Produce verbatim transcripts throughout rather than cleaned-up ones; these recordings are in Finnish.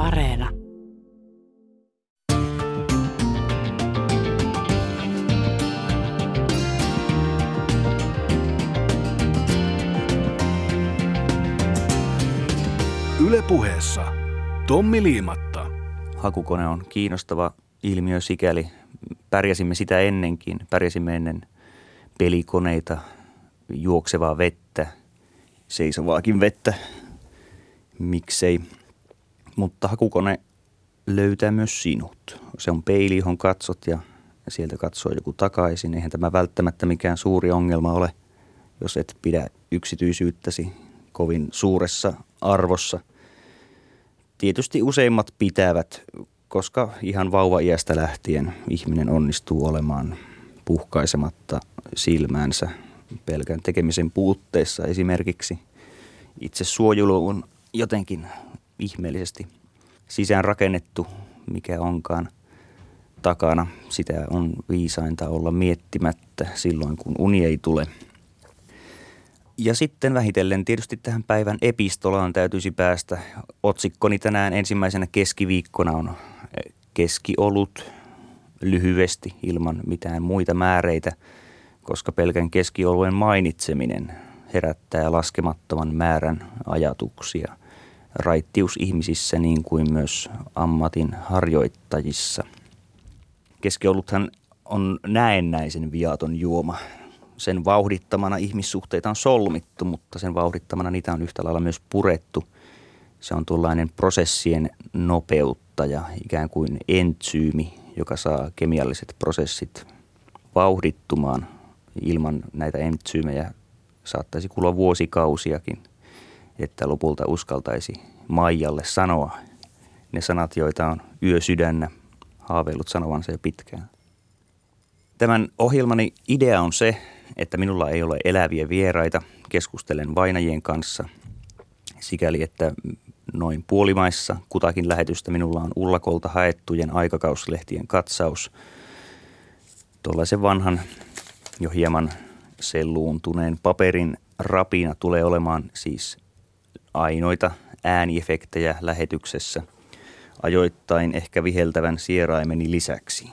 Areena. Yle Puheessa Tommi Liimatta. Hakukone on kiinnostava ilmiö sikäli. Pärjäsimme sitä ennenkin. Pärjäsimme ennen pelikoneita, juoksevaa vettä, seisovaakin vettä. Miksei. Mutta hakukone löytää myös sinut. Se on peili, johon katsot ja sieltä katsoo joku takaisin. Eihän tämä välttämättä mikään suuri ongelma ole, jos et pidä yksityisyyttäsi kovin suuressa arvossa. Tietysti useimmat pitävät, koska ihan vauva-iästä lähtien ihminen onnistuu olemaan puhkaisematta silmäänsä pelkän tekemisen puutteessa esimerkiksi. Itse suojelu on jotenkin ihmeellisesti sisään rakennettu, mikä onkaan takana. Sitä on viisainta olla miettimättä silloin, kun uni ei tule. Ja sitten vähitellen tietysti tähän päivän epistolaan täytyisi päästä. Otsikkoni tänään ensimmäisenä keskiviikkona on keskiolut lyhyesti ilman mitään muita määreitä, koska pelkän keskioluen mainitseminen herättää laskemattoman määrän ajatuksia raittiusihmisissä niin kuin myös ammatin harjoittajissa. Keskioluthan on näennäisen viaton juoma. Sen vauhdittamana ihmissuhteita on solmittu, mutta sen vauhdittamana niitä on yhtä lailla myös purettu. Se on tuollainen prosessien nopeuttaja, ikään kuin entsyymi, joka saa kemialliset prosessit vauhdittumaan. Ilman näitä entsyymejä saattaisi kulua vuosikausiakin, että lopulta uskaltaisi Maijalle sanoa ne sanat, joita on yösydännä haaveillut sanovansa jo pitkään. Tämän ohjelmani idea on se, että minulla ei ole eläviä vieraita. Keskustelen vainajien kanssa sikäli, että noin puolimaissa kutakin lähetystä minulla on Ullakolta haettujen aikakauslehtien katsaus. Tuollaisen vanhan jo hieman selluuntuneen paperin rapina tulee olemaan siis ainoita ääniefektejä lähetyksessä, ajoittain ehkä viheltävän sieraimeni lisäksi.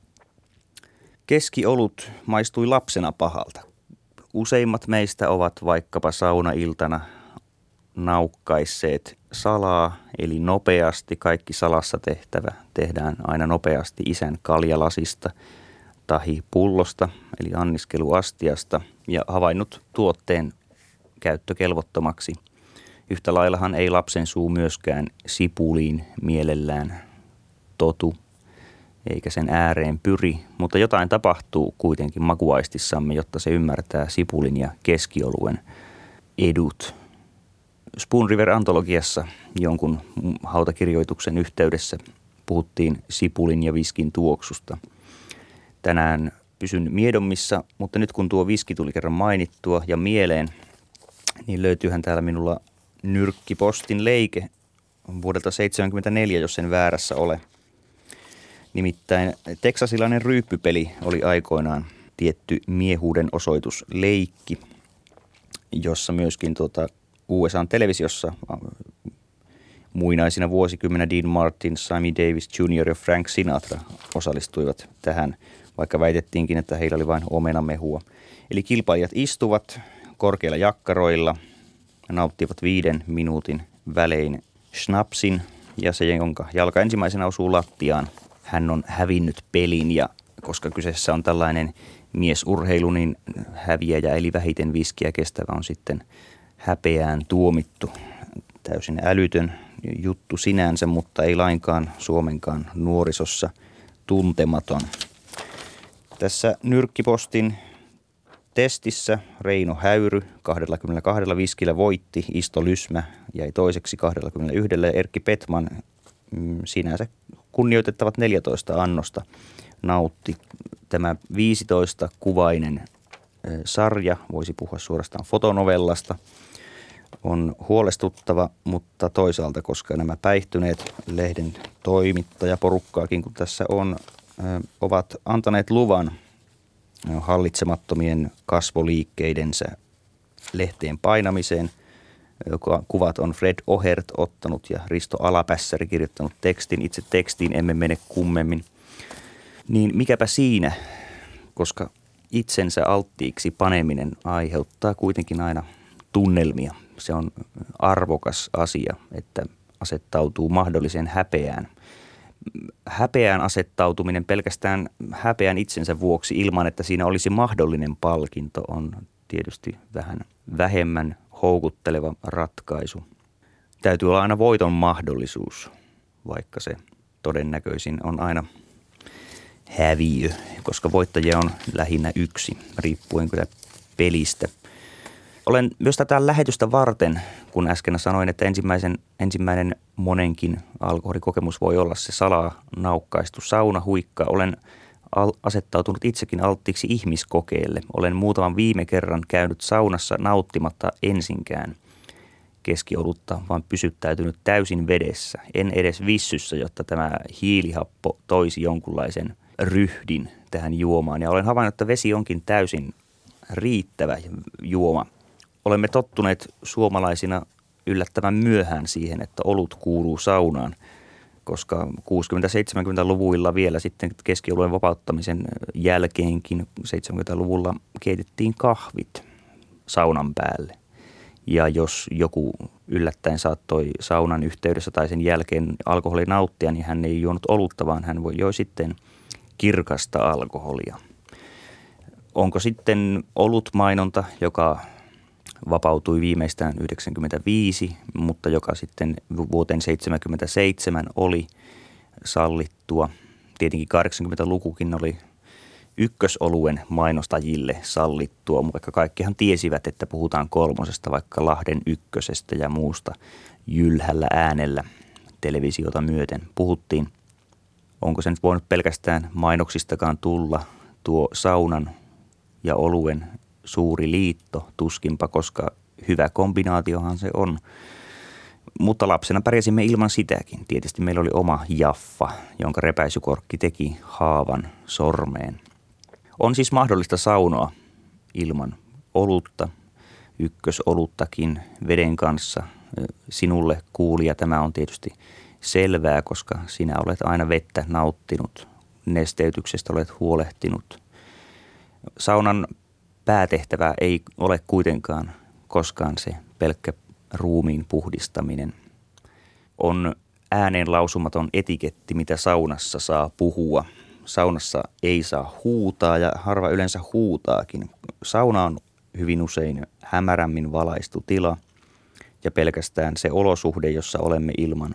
Keskiolut maistui lapsena pahalta. Useimmat meistä ovat vaikkapa saunailtana naukkaisseet salaa, eli nopeasti. Kaikki salassa tehtävä tehdään aina nopeasti isän kaljalasista tahi pullosta, eli anniskeluastiasta, ja havainnut tuotteen käyttökelvottomaksi. Yhtä laillahan ei lapsen suu myöskään sipuliin mielellään totu, eikä sen ääreen pyri, mutta jotain tapahtuu kuitenkin makuaistissamme, jotta se ymmärtää sipulin ja keskioluen edut. Spoon River-antologiassa jonkun hautakirjoituksen yhteydessä puhuttiin sipulin ja viskin tuoksusta. Tänään pysyn miedommissa, mutta nyt kun tuo viski tuli kerran mainittua ja mieleen, niin löytyyhän täällä minulla Nyrkkipostin leike vuodelta seitsemänkymmentäneljä, jos sen väärässä ole. Nimittäin teksasilainen ryyppypeli oli aikoinaan tietty miehuuden osoitusleikki, jossa myöskin tuota U S A:n televisiossa muinaisina vuosikymmenä Dean Martin, Sammy Davis juniori ja Frank Sinatra osallistuivat tähän, vaikka väitettiinkin, että heillä oli vain omenamehua. Eli kilpailijat istuvat korkeilla jakkaroilla, nauttivat viiden minuutin välein schnapsin, ja se, jonka jalka ensimmäisenä osuu lattiaan, hän on hävinnyt pelin, ja koska kyseessä on tällainen miesurheilu, niin häviäjä eli vähiten viskiä kestävä on sitten häpeään tuomittu. Täysin älytön juttu sinänsä, mutta ei lainkaan Suomenkaan nuorisossa tuntematon. Tässä Nyrkkipostin testissä Reino Häyry kaksikymmentäkaksi viskillä voitti, Isto Lysmä jäi toiseksi kaksikymmentäyksi ja Erkki Petman sinänsä kunnioitettavat neljätoista annosta nautti. Tämä viisitoista-kuvainen sarja, voisi puhua suorastaan fotonovellasta, on huolestuttava, mutta toisaalta, koska nämä päihtyneet lehden toimittajaporukkaakin, kun tässä on, ovat antaneet luvan hallitsemattomien kasvoliikkeidensä lehteen painamiseen, joka kuvat on Fred Ohert ottanut ja Risto Alapässäri kirjoittanut tekstin. Itse tekstiin emme mene kummemmin. Niin mikäpä siinä, koska itsensä alttiiksi paneminen aiheuttaa kuitenkin aina tunnelmia. Se on arvokas asia, että asettautuu mahdolliseen häpeään. Häpeään asettautuminen pelkästään häpeän itsensä vuoksi ilman, että siinä olisi mahdollinen palkinto, on tietysti vähän vähemmän houkutteleva ratkaisu. Täytyy olla aina voiton mahdollisuus, vaikka se todennäköisin on aina häviö, koska voittajia on lähinnä yksi, riippuen kyllä pelistä. Olen myös tätä lähetystä varten, kun äsken sanoin, että ensimmäisen, ensimmäinen monenkin alkoholikokemus voi olla se salaa naukkaistu saunahuikka. Olen al- asettautunut itsekin alttiiksi ihmiskokeelle. Olen muutaman viime kerran käynyt saunassa nauttimatta ensinkään keskiolutta, vaan pysyttäytynyt täysin vedessä. En edes vissyssä, jotta tämä hiilihappo toisi jonkunlaisen ryhdin tähän juomaan. Ja olen havainnut, että vesi onkin täysin riittävä juoma. Olemme tottuneet suomalaisina yllättävän myöhään siihen, että olut kuuluu saunaan, koska kuusikymmentä-seitsemänkymmentäluvuilla vielä sitten keskioluen vapauttamisen jälkeenkin seitsemänkymmentäluvulla keitettiin kahvit saunan päälle. Ja jos joku yllättäen saattoi saunan yhteydessä tai sen jälkeen alkoholia nauttia, niin hän ei juonut olutta, vaan hän voi joi sitten kirkasta alkoholia. Onko sitten olutmainonta, joka vapautui viimeistään yhdeksänkymmentäviisi, mutta joka sitten vuoteen seitsemänkymmentäseitsemän oli sallittua. Tietenkin kahdeksankymmentälukukin oli ykkösoluen mainostajille sallittua, vaikka kaikkihan tiesivät, että puhutaan kolmosesta, vaikka Lahden ykkösestä ja muusta jylhällä äänellä televisiota myöten puhuttiin. Onko se nyt voinut pelkästään mainoksistakaan tulla tuo saunan ja oluen suuri liitto, tuskinpa, koska hyvä kombinaatiohan se on. Mutta lapsena pärjäsimme ilman sitäkin. Tietysti meillä oli oma jaffa, jonka repäisykorkki teki haavan sormeen. On siis mahdollista saunoa ilman olutta, ykkösoluttakin veden kanssa. Sinulle kuulija tämä on tietysti selvää, koska sinä olet aina vettä nauttinut, nesteytyksestä olet huolehtinut. Saunan päätehtävä ei ole kuitenkaan koskaan se pelkkä ruumiin puhdistaminen. On ääneen lausumaton etiketti, mitä saunassa saa puhua. Saunassa ei saa huutaa ja harva yleensä huutaakin. Sauna on hyvin usein hämärämmin valaistu tila ja pelkästään se olosuhde, jossa olemme ilman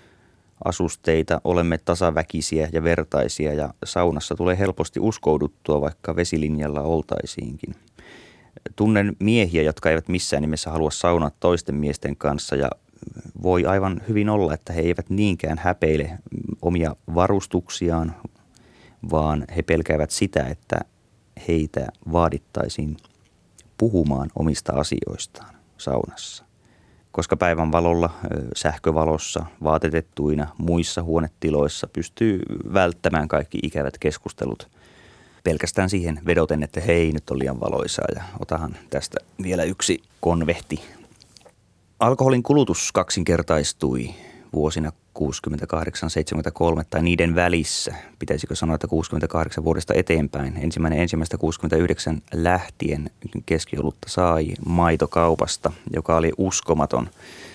asusteita, olemme tasaväkisiä ja vertaisia ja saunassa tulee helposti uskouduttua, vaikka vesilinjalla oltaisiinkin. Tunnen miehiä, jotka eivät missään nimessä halua saunaa toisten miesten kanssa ja voi aivan hyvin olla, että he eivät niinkään häpeile omia varustuksiaan, vaan he pelkäävät sitä, että heitä vaadittaisiin puhumaan omista asioistaan saunassa. Koska päivän valolla, sähkövalossa, vaatetettuina muissa huonetiloissa pystyy välttämään kaikki ikävät keskustelut pelkästään siihen vedoten, että hei, nyt on liian valoisaa ja otahan tästä vielä yksi konvehti. Alkoholin kulutus kaksinkertaistui vuosina kuusikymmentäkahdeksan seitsemänkymmentäkolme tai niiden välissä. Pitäisikö sanoa, että kuusikymmentäkahdeksan vuodesta eteenpäin. Ensimmäinen ensimmäistä kuusikymmentäyhdeksän lähtien keskiolutta sai maitokaupasta, joka oli uskomaton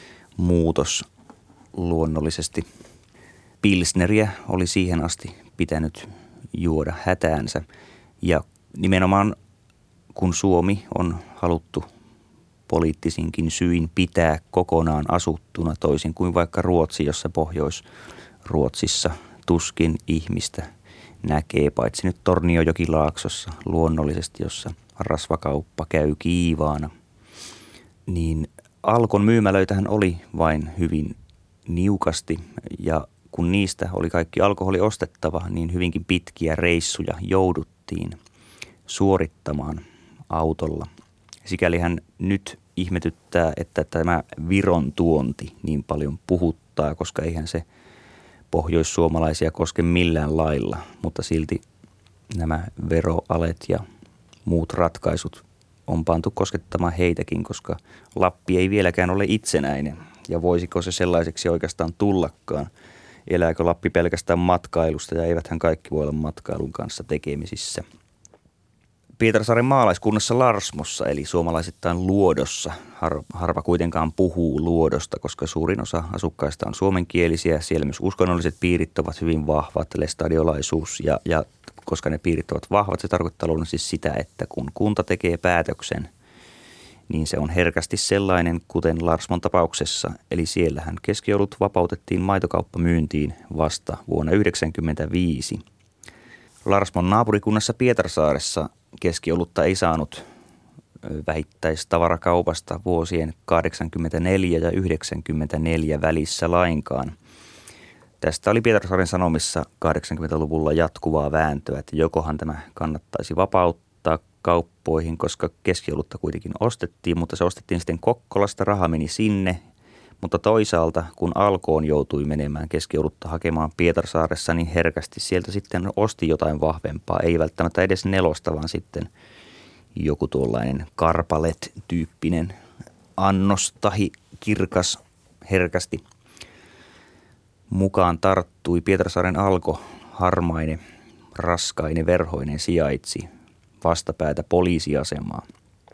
muutos luonnollisesti. Pilsneriä oli siihen asti pitänyt juoda hätäänsä ja nimenomaan kun Suomi on haluttu poliittisinkin syin pitää kokonaan asuttuna toisin kuin vaikka Ruotsi, jossa Pohjois-Ruotsissa tuskin ihmistä näkee, paitsi nyt Torniojokilaaksossa luonnollisesti, jossa rasvakauppa käy kiivaana. Niin Alkon myymälöitähän oli vain hyvin niukasti ja kun niistä oli kaikki alkoholi ostettava, niin hyvinkin pitkiä reissuja jouduttiin suorittamaan autolla. Sikälihän nyt ihmetyttää, että tämä Viron tuonti niin paljon puhuttaa, koska eihän se pohjoissuomalaisia koske millään lailla, mutta silti nämä veroalet ja muut ratkaisut on pantu koskettamaan heitäkin, koska Lappi ei vieläkään ole itsenäinen. Ja voisiko se sellaiseksi oikeastaan tullakaan? Elääkö Lappi pelkästään matkailusta ja eiväthän kaikki voi olla matkailun kanssa tekemisissä. Pietarsaaren maalaiskunnassa Larsmossa eli suomalaisittain Luodossa. Har, harva kuitenkaan puhuu Luodosta, koska suurin osa asukkaista on suomenkielisiä. Siellä myös uskonnolliset piirit ovat hyvin vahvat, lestadiolaisuus ja, ja koska ne piirit ovat vahvat, se tarkoittaa luonnollisesti sitä, että kun kunta tekee päätöksen, niin se on herkästi sellainen, kuten Larsmon tapauksessa. Eli siellähän keskiolut vapautettiin maitokauppamyyntiin vasta vuonna yhdeksänkymmentäviisi. Larsmon naapurikunnassa Pietarsaaressa keskiolutta ei saanut vähittäistavarakaupasta vuosien kahdeksankymmentäneljä ja yhdeksänkymmentäneljä välissä lainkaan. Tästä oli Pietarsaaren Sanomissa kahdeksankymmentäluvulla jatkuvaa vääntöä, että jokohan tämä kannattaisi vapauttaa kauppoihin, koska keskiolutta kuitenkin ostettiin, mutta se ostettiin sitten Kokkolasta, raha meni sinne. Mutta toisaalta, kun Alkoon joutui menemään keskiolutta hakemaan Pietarsaaressa, niin herkästi sieltä sitten osti jotain vahvempaa. Ei välttämättä edes nelosta, vaan sitten joku tuollainen Karpalet-tyyppinen annos tahi kirkas herkästi mukaan tarttui. Pietarsaaren Alko, harmainen, raskainen, verhoinen sijaitsi vastapäätä poliisiasemaa.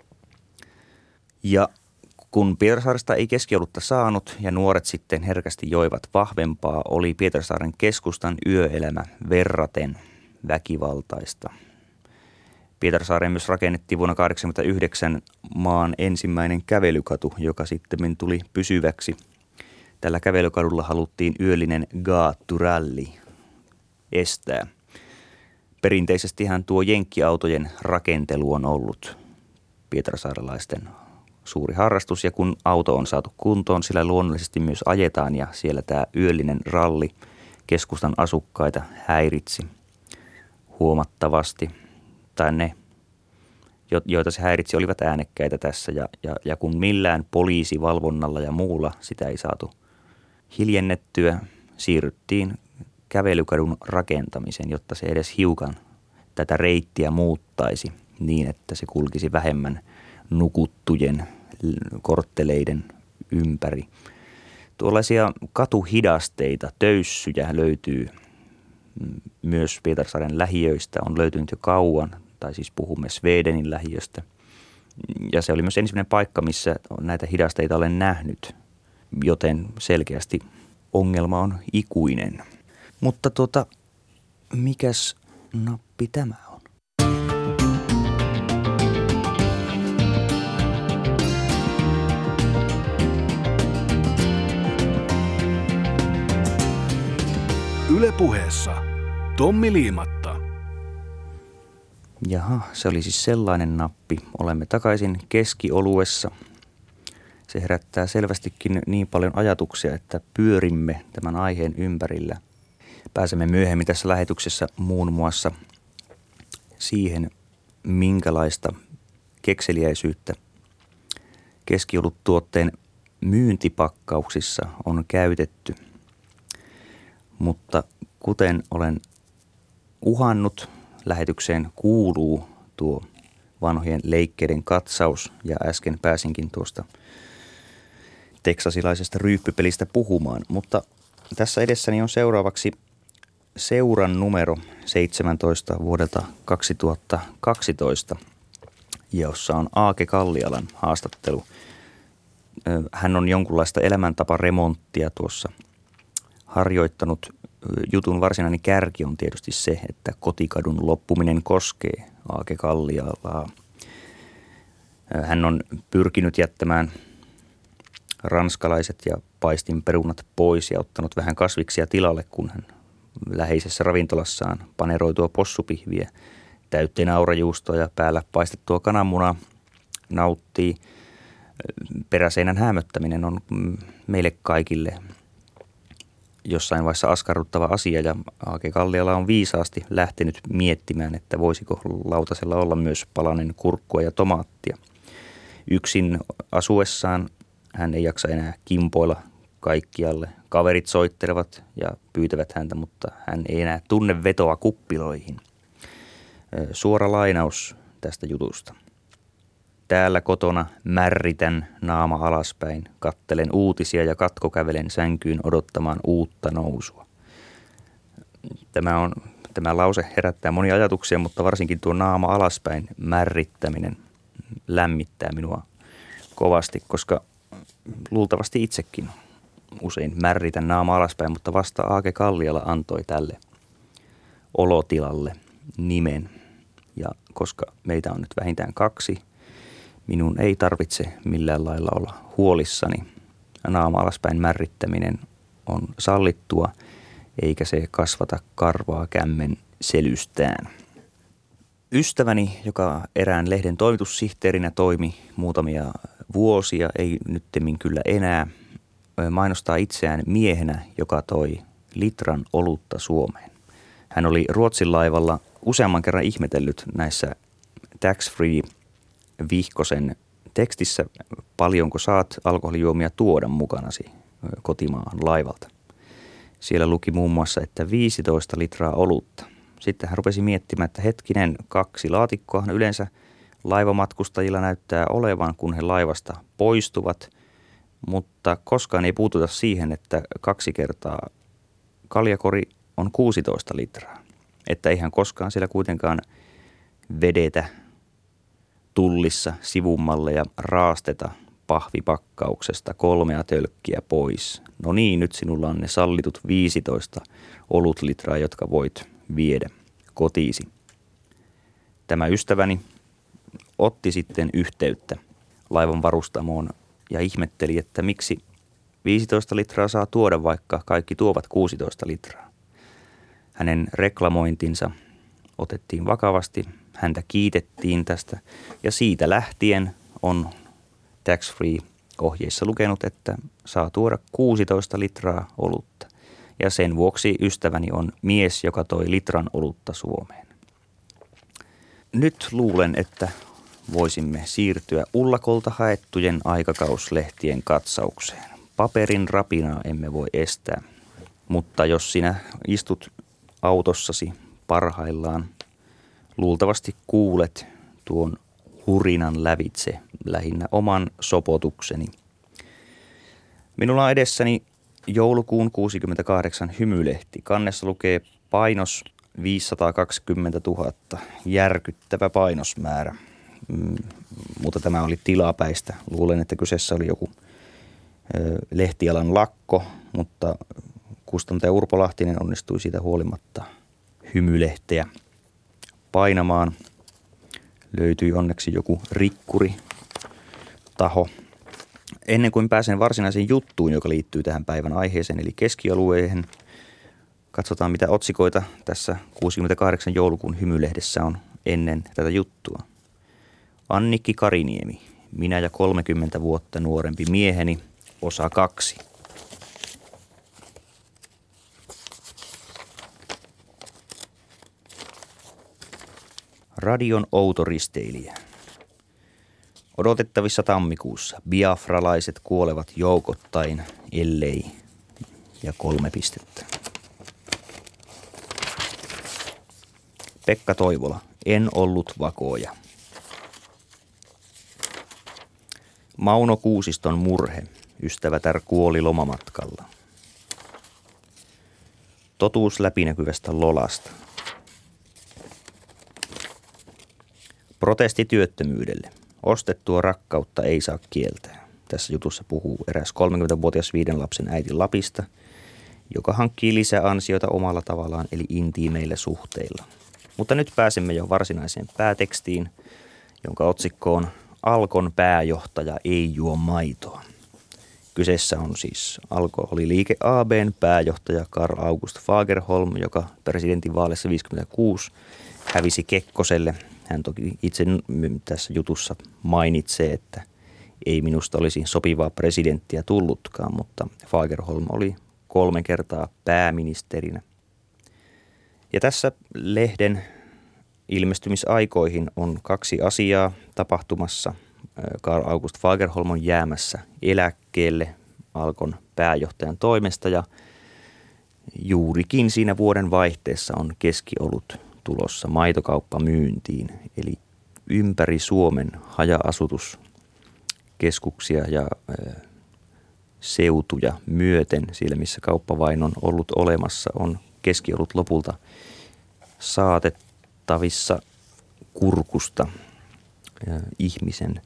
Ja kun Pietarsaaresta ei keskiolutta saanut ja nuoret sitten herkästi joivat vahvempaa, oli Pietarsaaren keskustan yöelämä verraten väkivaltaista. Pietarsaareen myös rakennettiin vuonna tuhatyhdeksänsataakahdeksankymmentäyhdeksän maan ensimmäinen kävelykatu, joka sitten tuli pysyväksi. Tällä kävelykadulla haluttiin yöllinen gaatturalli estää. Perinteisestihän tuo jenkkiautojen rakentelu on ollut pietarsaarelaisten suuri harrastus, ja kun auto on saatu kuntoon, sillä luonnollisesti myös ajetaan, ja siellä tämä yöllinen ralli keskustan asukkaita häiritsi huomattavasti. Tai ne, joita se häiritsi, olivat äänekkäitä tässä, ja, ja, ja kun millään poliisivalvonnalla ja muulla sitä ei saatu hiljennettyä, siirryttiin kävelykadun rakentamiseen, jotta se edes hiukan tätä reittiä muuttaisi niin, että se kulkisi vähemmän nukuttujen kortteleiden ympäri. Tuollaisia katuhidasteita, töyssyjä löytyy myös Pietarsaaren lähiöistä, on löytynyt jo kauan, tai siis puhumme Svedenin lähiöstä. Ja se oli myös ensimmäinen paikka, missä näitä hidasteita olen nähnyt, joten selkeästi ongelma on ikuinen. Mutta tuota, mikäs nappi tämä on? Yle Puheessa Tommi Liimatta. Jaha, se oli siis sellainen nappi. Olemme takaisin keskioluessa. Se herättää selvästikin niin paljon ajatuksia, että pyörimme tämän aiheen ympärillä. Pääsemme myöhemmin tässä lähetyksessä muun muassa siihen, minkälaista kekseliäisyyttä keskioluttuotteen myyntipakkauksissa on käytetty. Mutta kuten olen uhannut, lähetykseen kuuluu tuo vanhojen leikkeiden katsaus, ja äsken pääsinkin tuosta teksasilaisesta ryyppypelistä puhumaan. Mutta tässä edessäni on seuraavaksi seuran numero seitsemäntoista vuodelta kaksituhattakaksitoista, jossa on Aake Kallialan haastattelu. Hän on jonkunlaista elämäntaparemonttia tuossa harjoittanut. Jutun varsinainen kärki on tietysti se, että kotikadun loppuminen koskee Aake Kallialaa. Hän on pyrkinyt jättämään ranskalaiset ja paistinperunat pois ja ottanut vähän kasviksia tilalle, kun hän läheisessä ravintolassaan paneroitua possupihviä täytteen aurajuustoa ja päällä paistettua kananmunaa nauttii. Peräseinän häämöttäminen on meille kaikille jossain vaiheessa askarruttava asia, ja Aake Kalliala on viisaasti lähtenyt miettimään, että voisiko lautasella olla myös palanen kurkkua ja tomaattia. Yksin asuessaan hän ei jaksa enää kimpoilla kaikkialle. Kaverit soittelevat ja pyytävät häntä, mutta hän ei enää tunne vetoa kuppiloihin. Suora lainaus tästä jutusta. Täällä kotona märritän naama alaspäin, kattelen uutisia ja katkokävelen sänkyyn odottamaan uutta nousua. Tämä, on, tämä lause herättää monia ajatuksia, mutta varsinkin tuo naama alaspäin märrittäminen lämmittää minua kovasti, koska luultavasti itsekin usein märritän naama alaspäin, mutta vasta Aake Kalliala antoi tälle olotilalle nimen. Ja koska meitä on nyt vähintään kaksi, minun ei tarvitse millään lailla olla huolissani. Naama alaspäin märrittäminen on sallittua, eikä se kasvata karvaa kämmen selystään. Ystäväni, joka erään lehden toimitussihteerinä toimi muutamia vuosia, ei nyttemmin kyllä enää, mainostaa itseään miehenä, joka toi litran olutta Suomeen. Hän oli Ruotsin laivalla useamman kerran ihmetellyt näissä tax-free vihkosen tekstissä, paljonko saat alkoholijuomia tuoda mukanasi kotimaahan laivalta. Siellä luki muun muassa, että viisitoista litraa olutta. Sitten hän rupesi miettimään, että hetkinen, kaksi laatikkoahan yleensä laivamatkustajilla näyttää olevan, kun he laivasta poistuvat, mutta koskaan ei puututa siihen, että kaksi kertaa kaljakori on kuusitoista litraa. Että eihän koskaan siellä kuitenkaan vedetä tullissa sivummalle ja raasteta pahvipakkauksesta kolmea tölkkiä pois. No niin, nyt sinulla on ne sallitut viisitoista olutlitraa, jotka voit viedä kotiisi. Tämä ystäväni otti sitten yhteyttä laivan varustamoon ja ihmetteli, että miksi viisitoista litraa saa tuoda, vaikka kaikki tuovat kuusitoista litraa. Hänen reklamointinsa otettiin vakavasti, häntä kiitettiin tästä ja siitä lähtien on tax-free ohjeissa lukenut, että saa tuoda kuusitoista litraa olutta. Ja sen vuoksi ystäväni on mies, joka toi litran olutta Suomeen. Nyt luulen, että voisimme siirtyä Ullakolta haettujen aikakauslehtien katsaukseen. Paperin rapinaa emme voi estää, mutta jos sinä istut autossasi parhaillaan, luultavasti kuulet tuon hurinan lävitse lähinnä oman sopotukseni. Minulla on edessäni joulukuun kuusikymmentäkahdeksan hymylehti. Kannessa lukee painos viisisataakaksikymmentätuhatta. Järkyttävä painosmäärä. Mm, mutta tämä oli tilapäistä. Luulen, että kyseessä oli joku ö, lehtialan lakko, mutta kustantaja Urpo Lahtinen onnistui siitä huolimatta hymylehteä painamaan. Löytyi onneksi joku rikkuri taho. Ennen kuin pääsen varsinaiseen juttuun, joka liittyy tähän päivän aiheeseen, eli keskialueen, katsotaan mitä otsikoita tässä kuusikymmentäkahdeksan joulukuun hymylehdessä on ennen tätä juttua. Annikki Kariniemi, minä ja kolmekymmentä vuotta nuorempi mieheni, osa kaksi. Radion outoristeilijä. Odotettavissa tammikuussa biafralaiset kuolevat joukottain, ellei ja kolme pistettä. Pekka Toivola, en ollut vakooja. Mauno Kuusiston murhe, ystävätär kuoli lomamatkalla. Totuus läpinäkyvästä Lolasta. Protesti työttömyydelle. Ostettua rakkautta ei saa kieltää. Tässä jutussa puhuu eräs kolmekymmentävuotias viiden lapsen äiti Lapista, joka hankkii lisäansioita omalla tavallaan eli intiimeillä suhteilla. Mutta nyt pääsemme jo varsinaiseen päätekstiin, jonka otsikko on Alkon pääjohtaja ei juo maitoa. Kyseessä on siis alkoholiliike A B:n pääjohtaja Carl August Fagerholm, joka presidentinvaaleissa viisikymmentäkuusi hävisi Kekkoselle. Hän toki itse tässä jutussa mainitsee, että ei minusta olisi sopivaa presidenttiä tullutkaan, mutta Fagerholm oli kolme kertaa pääministerinä. Ja tässä lehden ilmestymisaikoihin on kaksi asiaa tapahtumassa. Carl August Fagerholm on jäämässä eläkkeelle Alkon pääjohtajan toimesta ja juurikin siinä vuoden vaihteessa on keskiolut tulossa maitokauppa myyntiin. Eli ympäri Suomen haja-asutuskeskuksia ja seutuja myöten, siellä missä kauppa vain on ollut olemassa, on keskiolut lopulta saatettavissa kurkusta ihmisen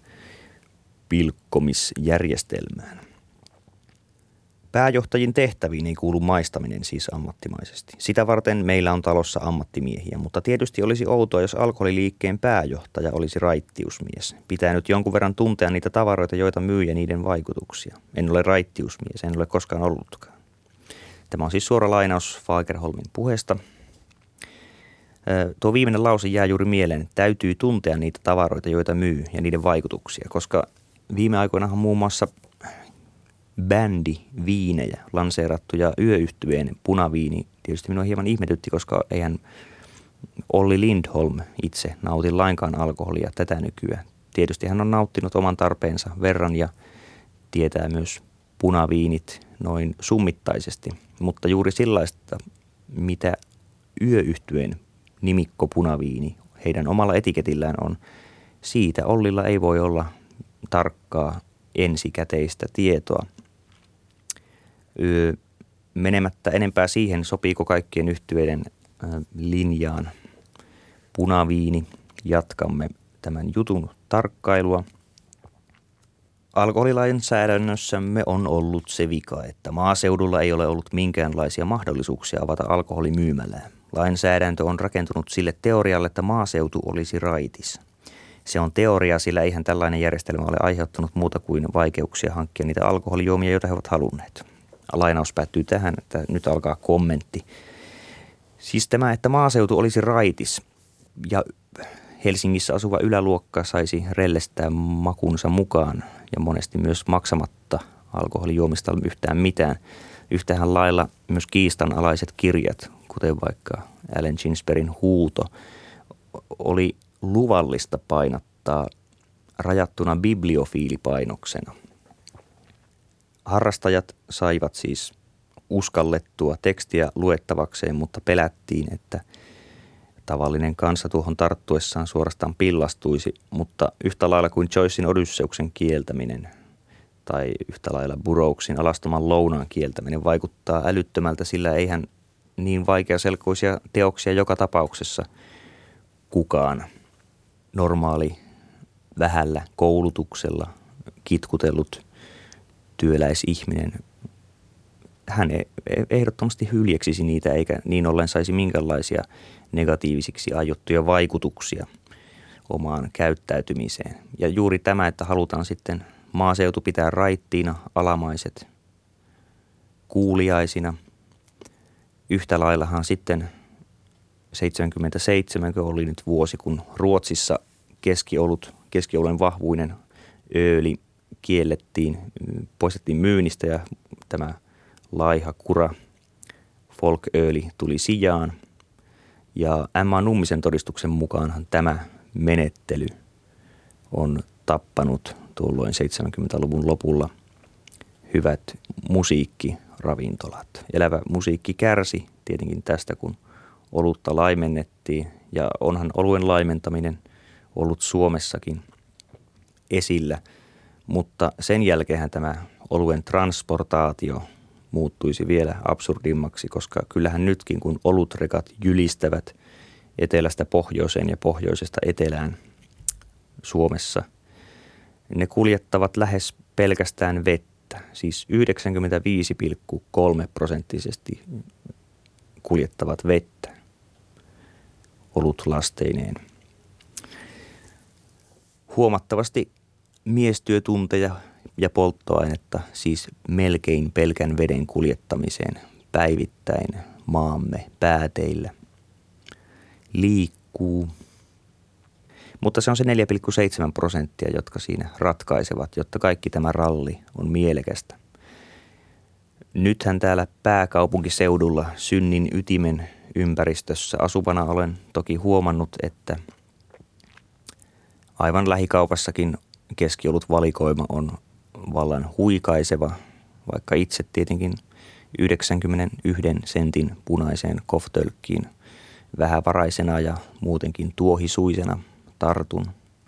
pilkkomisjärjestelmään. Pääjohtajin tehtäviin ei kuulu maistaminen siis ammattimaisesti. Sitä varten meillä on talossa ammattimiehiä, mutta tietysti olisi outoa, jos alkoholiliikkeen pääjohtaja olisi raittiusmies. Pitää nyt jonkun verran tuntea niitä tavaroita, joita myy ja niiden vaikutuksia. En ole raittiusmies, en ole koskaan ollutkaan. Tämä on siis suora lainaus Fagerholmin puheesta. Tuo viimeinen lause jää juuri mieleen, että täytyy tuntea niitä tavaroita, joita myy ja niiden vaikutuksia, koska viime aikoinahan muun muassa bändi viinejä lanseerattu ja yöyhtyeen punaviini tietysti minua hieman ihmetytti, koska eihän Olli Lindholm itse nauti lainkaan alkoholia tätä nykyään. Tietysti hän on nauttinut oman tarpeensa verran ja tietää myös punaviinit noin summittaisesti, mutta juuri sellaista, mitä yöyhtyeen nimikko punaviini heidän omalla etiketillään on, siitä Ollilla ei voi olla tarkkaa ensikäteistä tietoa. Öö, menemättä enempää siihen, sopiiko kaikkien yhtyeiden linjaan punaviini, jatkamme tämän jutun tarkkailua. Alkoholilainsäädännössämme on ollut se vika, että maaseudulla ei ole ollut minkäänlaisia mahdollisuuksia avata alkoholimyymälää. Lainsäädäntö on rakentunut sille teorialle, että maaseutu olisi raitis. Se on teoria, sillä eihän tällainen järjestelmä ole aiheuttanut muuta kuin vaikeuksia hankkia niitä alkoholijuomia, joita he ovat halunneet. Lainaus päättyy tähän, että nyt alkaa kommentti. Siis tämä, että maaseutu olisi raitis ja Helsingissä asuva yläluokka saisi rellestää makunsa mukaan ja monesti myös maksamatta alkoholijuomista yhtään mitään. Yhtähän lailla myös kiistanalaiset kirjat, kuten vaikka Allen Ginsbergin Huuto, oli luvallista painattaa rajattuna bibliofiilipainoksena. Harrastajat saivat siis uskallettua tekstiä luettavakseen, mutta pelättiin, että tavallinen kansa tuohon tarttuessaan suorastaan pillastuisi, mutta yhtä lailla kuin Joycein Odysseuksen kieltäminen tai yhtä lailla Burroughsin Alastoman lounaan kieltäminen vaikuttaa älyttömältä, sillä eihän niin vaikeaselkoisia teoksia joka tapauksessa kukaan normaali vähällä koulutuksella kitkutellut työläisihminen, hän ehdottomasti hyljeksisi niitä eikä niin ollen saisi minkälaisia negatiivisiksi aiottuja vaikutuksia omaan käyttäytymiseen. Ja juuri tämä, että halutaan sitten maaseutu pitää raittiina, alamaiset kuuliaisina. Yhtä laillahan sitten seitsemänkymmentäseitsemän oli nyt vuosi, kun Ruotsissa keskiolut, keskioluen vahvuinen ööli kiellettiin, poistettiin myynnistä ja tämä laiha kura folkööli tuli sijaan. Ja M A Nummisen todistuksen mukaanhan tämä menettely on tappanut tuolloin seitsemänkymmentäluvun lopulla hyvät musiikkiravintolat. Elävä musiikki kärsi tietenkin tästä, kun olutta laimennettiin ja onhan oluen laimentaminen ollut Suomessakin esillä, mutta sen jälkeenhän tämä oluen transportaatio muuttuisi vielä absurdimmaksi, koska kyllähän nytkin, kun olutrekat jylistävät etelästä pohjoiseen ja pohjoisesta etelään Suomessa, ne kuljettavat lähes pelkästään vettä, siis yhdeksänkymmentäviisi pilkku kolme prosenttisesti kuljettavat vettä olutlasteineen. Huomattavasti miestyötunteja ja polttoainetta, siis melkein pelkän veden kuljettamiseen päivittäin maamme pääteillä liikkuu. Mutta se on se neljä pilkku seitsemän prosenttia, jotka siinä ratkaisevat, jotta kaikki tämä ralli on mielekästä. Nythän täällä pääkaupunkiseudulla synnin ytimen ympäristössä asuvana olen toki huomannut, että aivan lähikaupassakin keskiolut valikoima on vallan huikaiseva, vaikka itse tietenkin yhdeksänkymmentäyksi sentin punaiseen koftölkkiin vähävaraisena ja muutenkin tuohisuisena tartun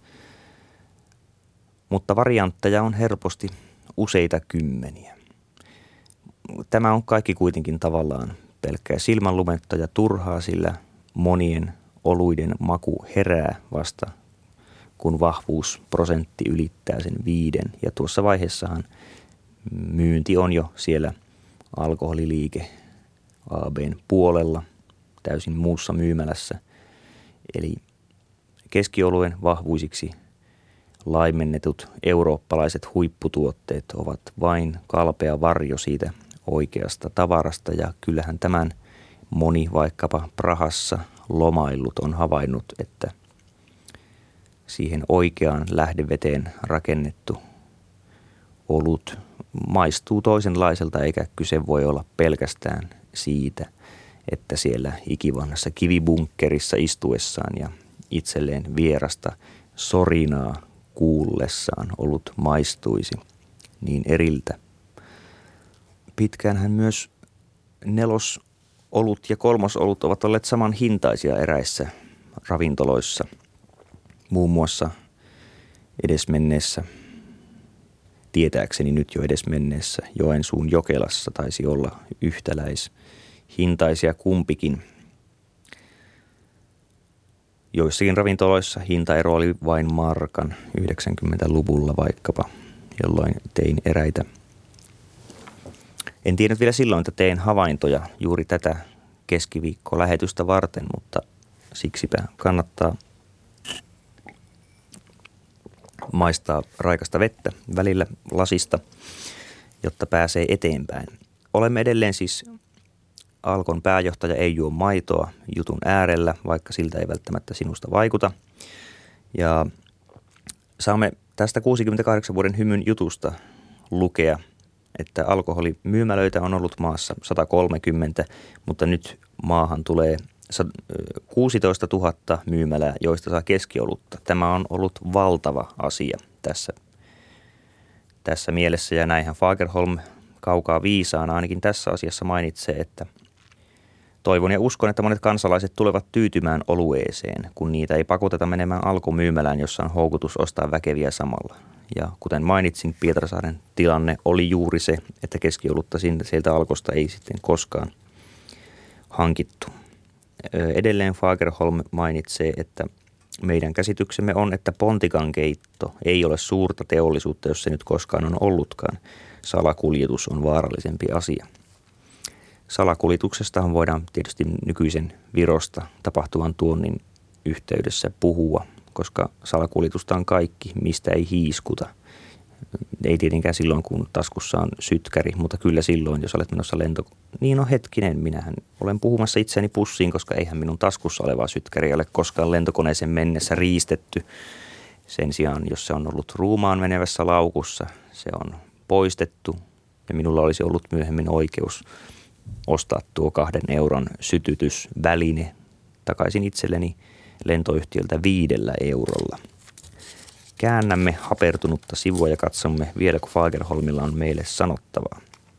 mutta variantteja on helposti useita kymmeniä. Tämä on kaikki kuitenkin tavallaan pelkkää silmänlumetta ja turhaa, sillä monien oluiden maku herää vasta, kun vahvuusprosentti ylittää sen viiden. Ja tuossa vaiheessahan myynti on jo siellä alkoholiliike A B:n puolella täysin muussa myymälässä. Eli keskioluen vahvuisiksi laimennetut eurooppalaiset huipputuotteet ovat vain kalpea varjo siitä oikeasta tavarasta. Ja kyllähän tämän moni vaikkapa Prahassa lomaillut on havainnut, että siihen oikeaan lähdeveteen rakennettu olut maistuu toisenlaiselta, eikä kyse voi olla pelkästään siitä, että siellä ikivanhassa kivibunkkerissa istuessaan ja itselleen vierasta sorinaa kuullessaan olut maistuisi niin eriltä. Pitkäänhän myös nelosolut ja kolmosolut ovat olleet saman hintaisia eräissä ravintoloissa. Muun muassa edesmenneessä, tietääkseni nyt jo edesmenneessä Joensuun Jokelassa taisi olla yhtäläishintaisia kumpikin. Joissakin ravintoloissa hintaero oli vain markan yhdeksänkymmentäluvulla vaikkapa, jolloin tein eräitä. En tiennyt vielä silloin, että tein havaintoja juuri tätä keskiviikkolähetystä varten, mutta siksipä kannattaa maistaa raikasta vettä välillä lasista, jotta pääsee eteenpäin. Olemme edelleen siis Alkon pääjohtaja ei juo maitoa jutun äärellä, vaikka siltä ei välttämättä sinusta vaikuta. Ja saamme tästä kuusikymmentäkahdeksan vuoden hymyn jutusta lukea, että alkoholimyymälöitä on ollut maassa sata kolmekymmentä, mutta nyt maahan tulee kuusitoista tuhatta myymälää, joista saa keskiolutta. Tämä on ollut valtava asia tässä, tässä mielessä, ja näinhän Fagerholm kaukaa viisaana ainakin tässä asiassa mainitsee, että toivon ja uskon, että monet kansalaiset tulevat tyytymään olueeseen, kun niitä ei pakoteta menemään alkumyymälään, jossa on houkutus ostaa väkeviä samalla. Ja kuten mainitsin, Pietarsaaren tilanne oli juuri se, että keskiolutta sieltä Alkosta ei sitten koskaan hankittu. Edelleen Fagerholm mainitsee, että meidän käsityksemme on, että pontikan keitto ei ole suurta teollisuutta, jos se nyt koskaan on ollutkaan. Salakuljetus on vaarallisempi asia. Salakuljetuksestahan voidaan tietysti nykyisen Virosta tapahtuvan tuonnin yhteydessä puhua, koska salakuljetusta on kaikki, mistä ei hiiskuta. Ei tietenkään silloin, kun taskussa on sytkäri, mutta kyllä silloin, jos olet menossa lento... Niin on hetkinen, minähän olen puhumassa itseäni pussiin, koska eihän minun taskussa olevaa sytkäriä ole koskaan lentokoneeseen mennessä riistetty. Sen sijaan, jos se on ollut ruumaan menevässä laukussa, se on poistettu ja minulla olisi ollut myöhemmin oikeus ostaa tuo kahden euron sytytysväline takaisin itselleni lentoyhtiöltä viidellä eurolla. Käännämme hapertunutta sivua ja katsomme vieläkö Fagerholmilla on meille sanottavaa.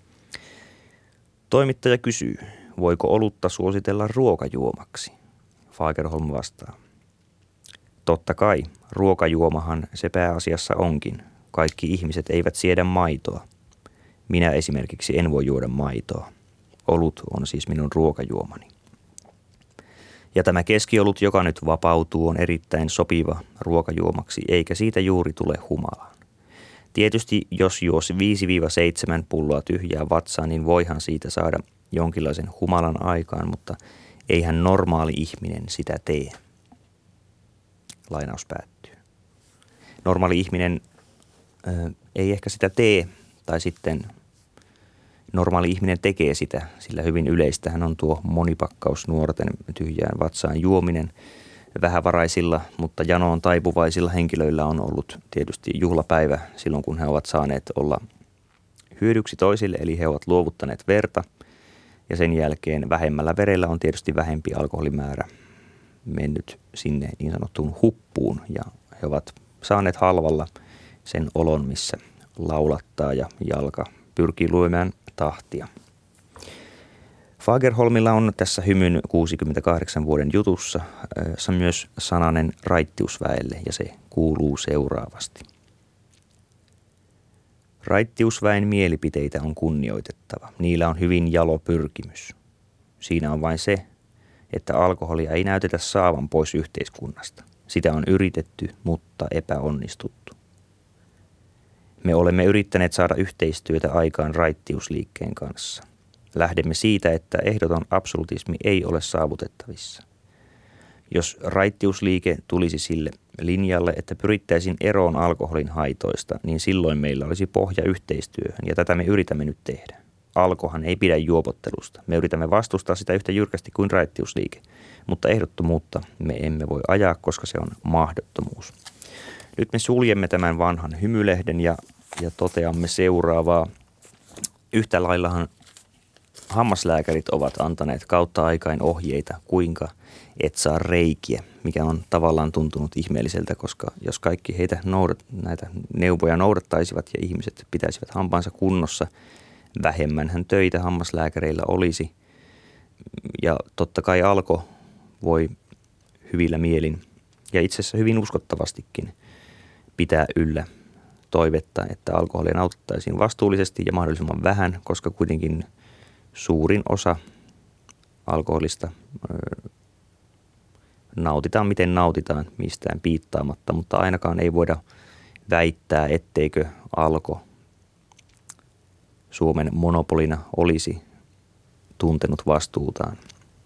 Toimittaja kysyy, voiko olutta suositella ruokajuomaksi? Fagerholm vastaa. Totta kai, ruokajuomahan se pääasiassa onkin. Kaikki ihmiset eivät siedä maitoa. Minä esimerkiksi en voi juoda maitoa. Olut on siis minun ruokajuomani. Ja tämä keskiolut, joka nyt vapautuu, on erittäin sopiva ruokajuomaksi, eikä siitä juuri tule humalaa. Tietysti jos juosi viisi seitsemän pulloa tyhjää vatsaa, niin voihan siitä saada jonkinlaisen humalan aikaan, mutta eihän normaali ihminen sitä tee. Lainaus päättyy. Normaali ihminen ö, ei ehkä sitä tee, tai sitten normaali ihminen tekee sitä, sillä hyvin yleistähän on tuo monipakkaus nuorten tyhjään vatsaan juominen. Vähävaraisilla, mutta janoon taipuvaisilla henkilöillä on ollut tietysti juhlapäivä silloin, kun he ovat saaneet olla hyödyksi toisille, eli he ovat luovuttaneet verta. Ja sen jälkeen vähemmällä verellä on tietysti vähempi alkoholimäärä mennyt sinne niin sanottuun huppuun. Ja he ovat saaneet halvalla sen olon, missä laulattaa ja jalka pyrkii luomaan tahtia. Fagerholmilla on tässä hymyn kuusikymmentäkahdeksan vuoden jutussa äh, myös sananen raittiusväelle, ja se kuuluu seuraavasti. Raittiusväen mielipiteitä on kunnioitettava. Niillä on hyvin jalo pyrkimys. Siinä on vain se, että alkoholia ei näytetä saavan pois yhteiskunnasta. Sitä on yritetty, mutta epäonnistuttu. Me olemme yrittäneet saada yhteistyötä aikaan raittiusliikkeen kanssa. Lähdemme siitä, että ehdoton absolutismi ei ole saavutettavissa. Jos raittiusliike tulisi sille linjalle, että pyrittäisiin eroon alkoholin haitoista, niin silloin meillä olisi pohja yhteistyöhön, ja tätä me yritämme nyt tehdä. Alkohan ei pidä juopottelusta. Me yritämme vastustaa sitä yhtä jyrkästi kuin raittiusliike, mutta ehdottomuutta me emme voi ajaa, koska se on mahdottomuus. Nyt me suljemme tämän vanhan hymylehden ja, ja toteamme seuraavaa. Yhtä laillahan hammaslääkärit ovat antaneet kautta aikain ohjeita, kuinka et saa reikiä, mikä on tavallaan tuntunut ihmeelliseltä, koska jos kaikki heitä noudat, näitä neuvoja noudattaisivat ja ihmiset pitäisivät hampaansa kunnossa, vähemmänhän töitä hammaslääkäreillä olisi. Ja totta kai Alko voi hyvillä mielin ja itse asiassa hyvin uskottavastikin pitää yllä toivetta, että alkoholia nautittaisiin vastuullisesti ja mahdollisimman vähän, koska kuitenkin suurin osa alkoholista nautitaan miten nautitaan mistään piittaamatta, mutta ainakaan ei voida väittää, etteikö Alko Suomen monopolina olisi tuntenut vastuutaan.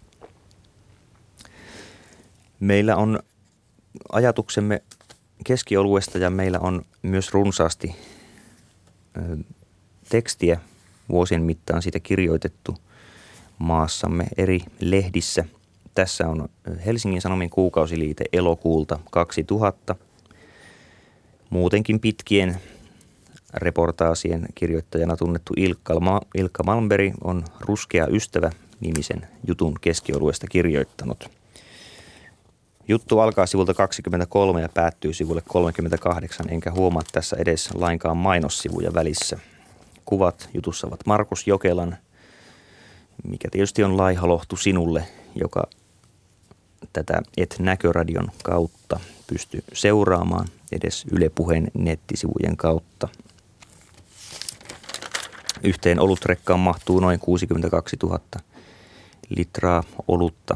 Meillä on ajatuksemme keskioluesta ja meillä on myös runsaasti ö, tekstiä vuosien mittaan siitä kirjoitettu maassamme eri lehdissä. Tässä on Helsingin Sanomien kuukausiliite elokuulta kaksituhatta. Muutenkin pitkien reportaasien kirjoittajana tunnettu Ilkka, Ilkka Malmberg on Ruskea ystävä -nimisen jutun keskioluesta kirjoittanut. Juttu alkaa sivulta kaksikymmentäkolme ja päättyy sivulle kolmekymmentäkahdeksan, enkä huomaa tässä edes lainkaan mainossivuja välissä. Kuvat jutussa ovat Markus Jokelan, mikä tietysti on laihalohtu sinulle, joka tätä et näköradion kautta pysty seuraamaan edes Yle Puheen nettisivujen kautta. Yhteen olutrekkaan mahtuu noin kuusikymmentäkaksituhatta litraa olutta,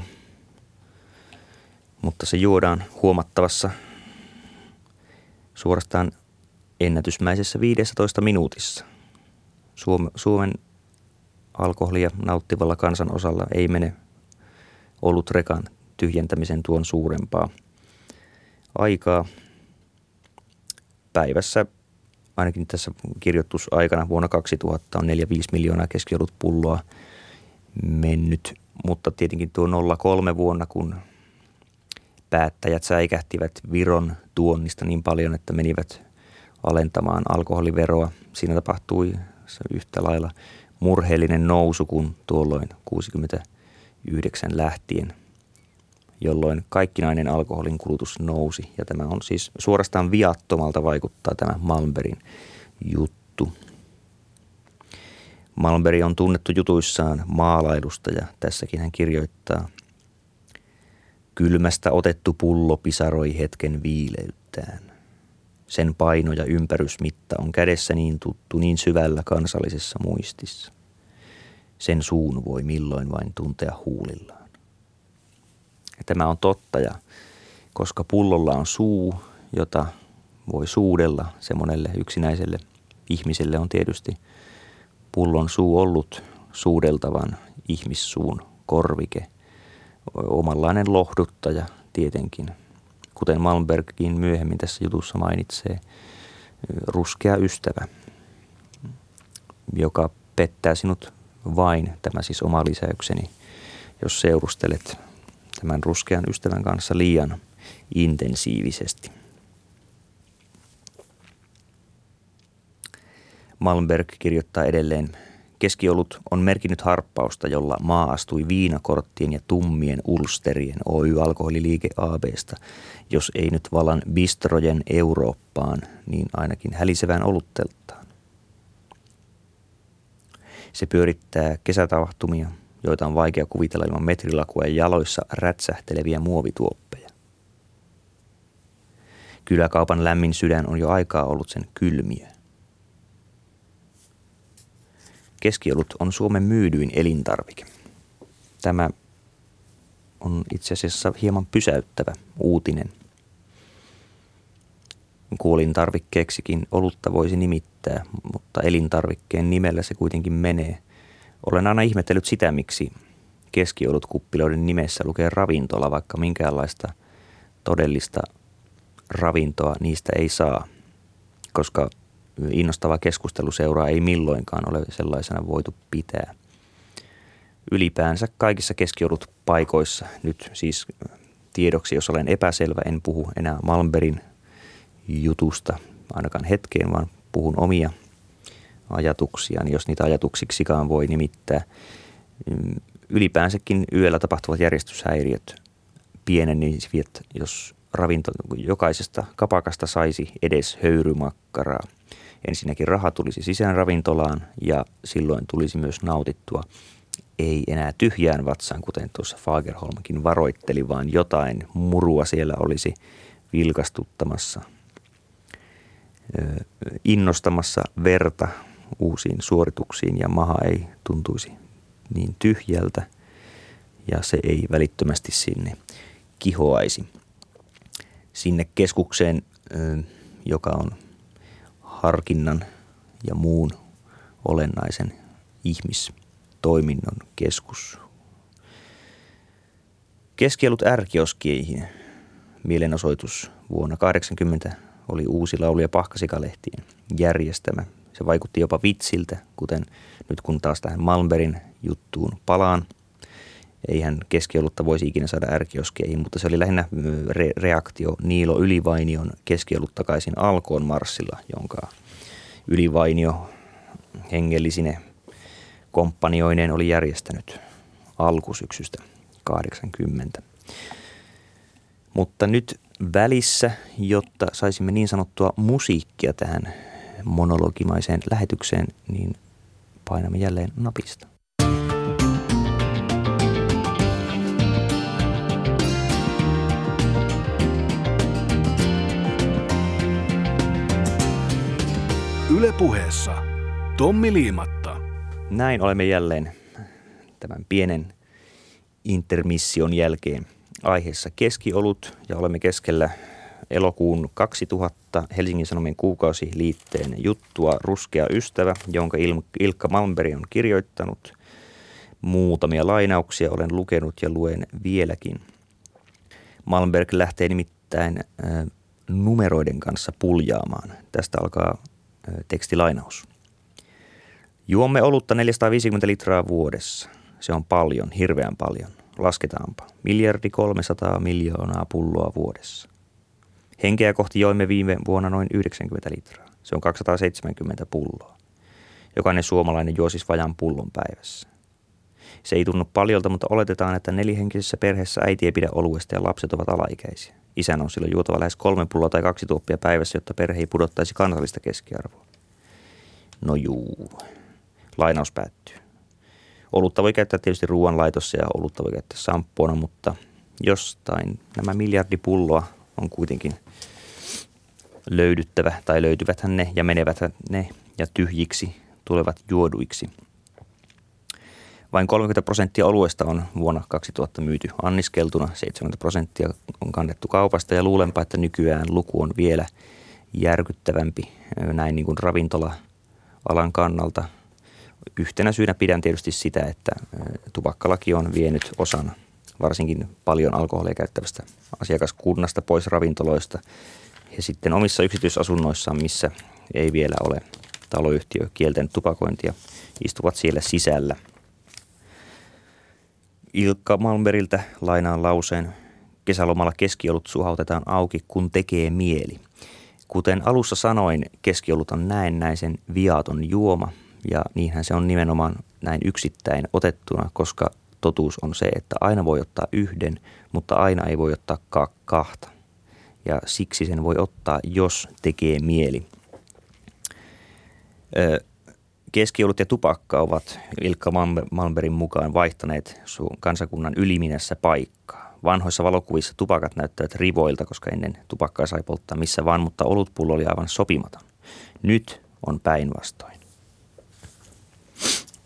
mutta se juodaan huomattavassa suorastaan ennätysmäisessä viidessätoista minuutissa. Suomen alkoholia nauttivalla kansanosalla ei mene olutrekan tyhjentämisen tuon suurempaa aikaa. Päivässä, ainakin tässä kirjoitusaikana vuonna kaksituhatta, on neljä viisi miljoonaa keskiolutpulloa mennyt, mutta tietenkin tuo nolla kolme vuonna, kun päättäjät säikähtivät Viron tuonnista niin paljon, että menivät alentamaan alkoholiveroa. Siinä tapahtui yhtä lailla murheellinen nousu kuin tuolloin kuusikymmentäyhdeksän lähtien, jolloin kaikkinainen alkoholin kulutus nousi. Ja tämä on siis suorastaan viattomalta vaikuttaa tämä Malmbergin juttu. Malmberg on tunnettu jutuissaan maalailusta ja tässäkin hän kirjoittaa: kylmästä otettu pullo pisaroi hetken viileyttään. Sen paino ja ympärysmitta on kädessä niin tuttu, niin syvällä kansallisessa muistissa. Sen suun voi milloin vain tuntea huulillaan. Ja tämä on totta, ja koska pullolla on suu, jota voi suudella, se monelle yksinäiselle ihmiselle on tietysti pullon suu ollut suudeltavan ihmissuun korvike, omanlainen lohduttaja tietenkin. Kuten Malmbergkin myöhemmin tässä jutussa mainitsee, ruskea ystävä, joka pettää sinut vain, tämä siis oma lisäykseni, jos seurustelet tämän ruskean ystävän kanssa liian intensiivisesti. Malmberg kirjoittaa edelleen: keskiolut on merkinnyt harppausta, jolla maa astui viinakorttien ja tummien ulsterien Oy Alkoholiliike A B:sta, jos ei nyt vallan bistrojen Eurooppaan, niin ainakin hälisevään olutteltaan. Se pyörittää kesätapahtumia, joita on vaikea kuvitella ilman metrilakua ja jaloissa rätsähteleviä muovituoppeja. Kyläkaupan lämmin sydän on jo aikaa ollut sen kylmiö. keskiolut on Suomen myydyin elintarvike. Tämä on itse asiassa hieman pysäyttävä uutinen. Kuolintarvikkeeksikin olutta voisi nimittää, mutta elintarvikkeen nimellä se kuitenkin menee. Olen aina ihmetellyt sitä, miksi keskiolutkuppiloiden nimessä lukee ravintola, vaikka minkäänlaista todellista ravintoa niistä ei saa, koska innostava keskusteluseuraa ei milloinkaan ole sellaisena voitu pitää. Ylipäänsä kaikissa keskiolutpaikoissa, nyt siis tiedoksi, jos olen epäselvä, en puhu enää Malmbergin jutusta ainakaan hetkeen, vaan puhun omia ajatuksiani, jos niitä ajatuksiksikaan voi nimittää. Ylipäänsäkin yöllä tapahtuvat järjestyshäiriöt pienenisivät, jos ravinto jokaisesta kapakasta saisi edes höyrymakkaraa. Ensinnäkin raha tulisi sisään ravintolaan ja silloin tulisi myös nautittua. Ei enää tyhjään vatsaan, kuten tuossa Fagerholmkin varoitteli, vaan jotain murua siellä olisi vilkastuttamassa, innostamassa verta uusiin suorituksiin ja maha ei tuntuisi niin tyhjältä ja se ei välittömästi sinne kihoaisi. Sinne keskukseen, joka on harkinnan ja muun olennaisen ihmistoiminnon keskus. Keskielut R-kioskeihin mielenosoitus vuonna kahdeksankymmentä oli Uusi Laulu- ja Pahkasikalehtiin järjestämä. Se vaikutti jopa vitsiltä, kuten nyt kun taas tähän Malmbergin juttuun palaan. Eihän keskiolutta voisi ikinä saada R-kioskeihin, mutta se oli lähinnä re- reaktio Niilo Ylivainion Keskiolut takaisin Alkoon marssilla, jonka Ylivainio hengellisine komppanioineen oli järjestänyt alkusyksystä kahdeksankymmentä. Mutta nyt välissä, jotta saisimme niin sanottua musiikkia tähän monologimaiseen lähetykseen, niin painamme jälleen napista. Yle Puheessa Tommi Liimatta. Näin olemme jälleen tämän pienen intermission jälkeen aiheessa keskiolut ja olemme keskellä elokuun kaksituhatta Helsingin Sanomien kuukausiliitteen juttua Ruskea ystävä, jonka Ilkka Malmberg on kirjoittanut. Muutamia lainauksia olen lukenut ja luen vieläkin. Malmberg lähtee nimittäin äh, numeroiden kanssa puljaamaan. Tästä alkaa äh, tekstilainaus. Juomme olutta neljäsataaviisikymmentä litraa vuodessa. Se on paljon, hirveän paljon. Lasketaanpa. Miljardi kolmesataa miljoonaa pulloa vuodessa. Henkeä kohti joimme viime vuonna noin yhdeksänkymmentä litraa. Se on kaksisataaseitsemänkymmentä pulloa. Jokainen suomalainen juo siis vajan pullon päivässä. Se ei tunnu paljolta, mutta oletetaan, että nelihenkisessä perheessä äiti ei pidä oluesta ja lapset ovat alaikäisiä. Isän on silloin juotava lähes kolme pulloa tai kaksi tuoppia päivässä, jotta perhe ei pudottaisi kansallista keskiarvoa. No juu. Lainaus päättyy. Olutta voi käyttää tietysti ruoanlaitossa ja olutta voi käyttää samppuona, mutta jostain nämä miljardipulloa on kuitenkin löydyttävä tai löytyväthän ne ja menevät ne ja tyhjiksi tulevat juoduiksi. Vain kolmekymmentä prosenttia oluesta on vuonna kaksituhatta myyty anniskeltuna, seitsemänkymmentä prosenttia on kannettu kaupasta ja luulenpa, että nykyään luku on vielä järkyttävämpi näin niin kuin ravintola-alan kannalta. Yhtenä syynä pidän tietysti sitä, että tupakkalaki on vienyt osan varsinkin paljon alkoholia käyttävästä asiakaskunnasta pois ravintoloista. Ja sitten omissa yksityisasunnoissaan, missä ei vielä ole taloyhtiö kieltänyt tupakointia, istuvat siellä sisällä. Ilkka Malmbergiltä lainaan lauseen. Kesälomalla keskiolut suhautetaan auki, kun tekee mieli. Kuten alussa sanoin, keskiolut on näennäisen viaton juoma. Ja niinhän se on nimenomaan näin yksittäin otettuna, koska totuus on se, että aina voi ottaa yhden, mutta aina ei voi ottaa kahta. Ja siksi sen voi ottaa, jos tekee mieli. Keskiolut ja tupakka ovat Ilkka Malmbergin mukaan vaihtaneet kansakunnan yliminässä paikkaa. Vanhoissa valokuvissa tupakat näyttävät rivoilta, koska ennen tupakkaa sai polttaa missä vaan, mutta olutpullo oli aivan sopimaton. Nyt on päinvastoin.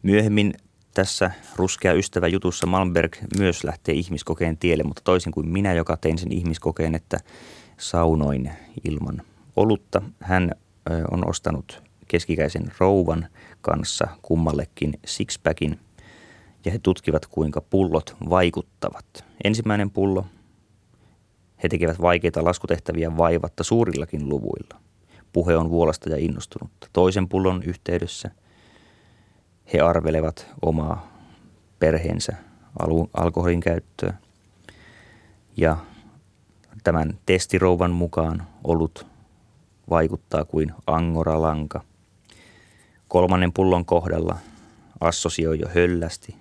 Myöhemmin tässä Ruskea ystävä -jutussa Malmberg myös lähtee ihmiskokeen tielle, mutta toisin kuin minä, joka tein sen ihmiskokeen, että saunoin ilman olutta. Hän on ostanut keskikäisen rouvan kanssa kummallekin sixpackin ja he tutkivat, kuinka pullot vaikuttavat. Ensimmäinen pullo, he tekevät vaikeita laskutehtäviä vaivatta suurillakin luvuilla. Puhe on vuolasta ja innostunutta. Toisen pullon yhteydessä he arvelevat omaa perheensä alkoholin käyttöä. Ja tämän testirouvan mukaan olut vaikuttaa kuin angoralanka. Kolmannen pullon kohdalla assosioi jo höllästi.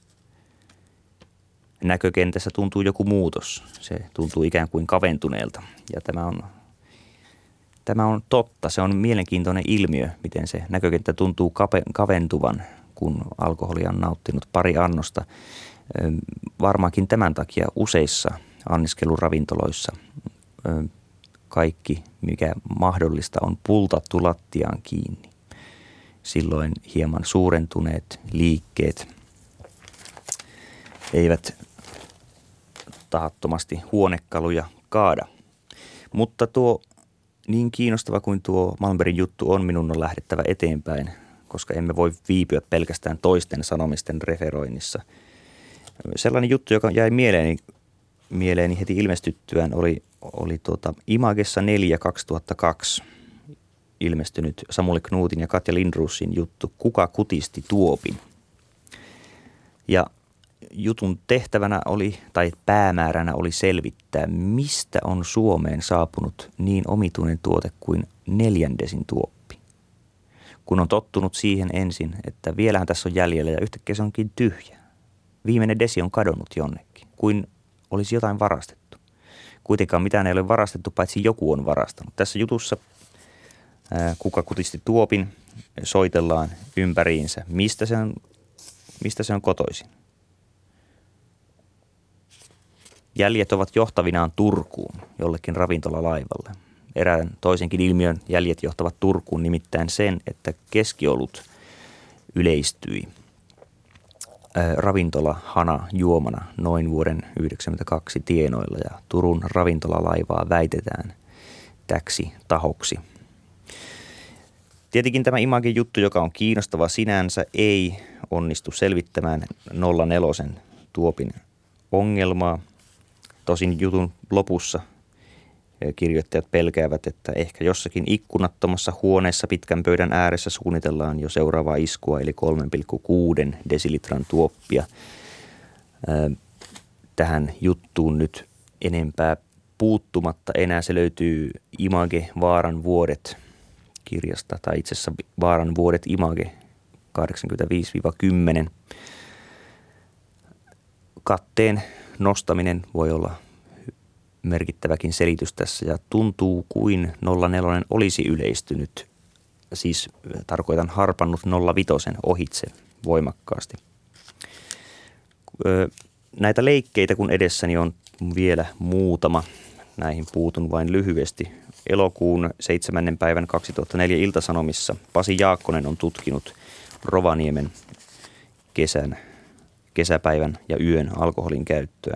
Näkökentässä tuntuu joku muutos. Se tuntuu ikään kuin kaventuneelta. Ja tämä on, tämä on totta. Se on mielenkiintoinen ilmiö, miten se näkökenttä tuntuu kape, kaventuvan, kun alkoholia on nauttinut pari annosta. Varmaankin tämän takia useissa anniskeluravintoloissa kaikki, mikä mahdollista, on pultattu lattiaan kiinni. Silloin hieman suurentuneet liikkeet eivät tahattomasti huonekaluja kaada. Mutta tuo niin kiinnostava kuin tuo Malmbergin juttu on, minun on lähdettävä eteenpäin, koska emme voi viipyä pelkästään toisten sanomisten referoinnissa. Sellainen juttu, joka jäi mieleeni, mieleeni heti ilmestyttyään, oli, oli tuota Imagessa neljä kaksituhattakaksi ilmestynyt Samuli Knutin ja Katja Lindrosin juttu Kuka kutisti Tuopin. Ja jutun tehtävänä oli, tai päämääränä oli selvittää, mistä on Suomeen saapunut niin omituinen tuote kuin neljändesin tuoppi. Kun on tottunut siihen ensin, että vielähän tässä on jäljellä ja yhtäkkiä se onkin tyhjä. Viimeinen desi on kadonnut jonnekin, kuin olisi jotain varastettu. Kuitenkaan mitään ei ole varastettu, paitsi joku on varastanut. Tässä jutussa ää, Kuka kutisti tuopin soitellaan ympäriinsä. Mistä se on, mistä se on kotoisin? Jäljet ovat johtavinaan Turkuun, jollekin ravintolalaivalle. Erään toisenkin ilmiön jäljet johtavat Turkuun, nimittäin sen, että keskiolut yleistyi ravintolahana juomana noin vuoden yhdeksänkymmentäkaksi tienoilla ja Turun ravintolalaivaa väitetään täksi tahoksi. Tietenkin tämä Imagen juttu, joka on kiinnostava sinänsä, ei onnistu selvittämään nolla neljä tuopin ongelmaa. Tosin jutun lopussa kirjoittajat pelkäävät, että ehkä jossakin ikkunattomassa huoneessa pitkän pöydän ääressä suunnitellaan jo seuraavaa iskua, eli kolme pilkku kuusi desilitran tuoppia. Tähän juttuun nyt enempää puuttumatta enää se löytyy Image Vaaran vuodet -kirjasta, tai itse asiassa Vaaran vuodet Image kahdeksankymmentäviisi kymmenen. Katteen nostaminen voi olla merkittäväkin selitys tässä ja tuntuu kuin nolla neljä olisi yleistynyt, siis tarkoitan harpannut nolla viisi ohitse voimakkaasti. Näitä leikkeitä kun edessäni on vielä muutama, näihin puutun vain lyhyesti. Elokuun seitsemännen päivän kaksituhattaneljä Ilta-Sanomissa Pasi Jaakkonen on tutkinut Rovaniemen kesän, kesäpäivän ja yön alkoholin käyttöä.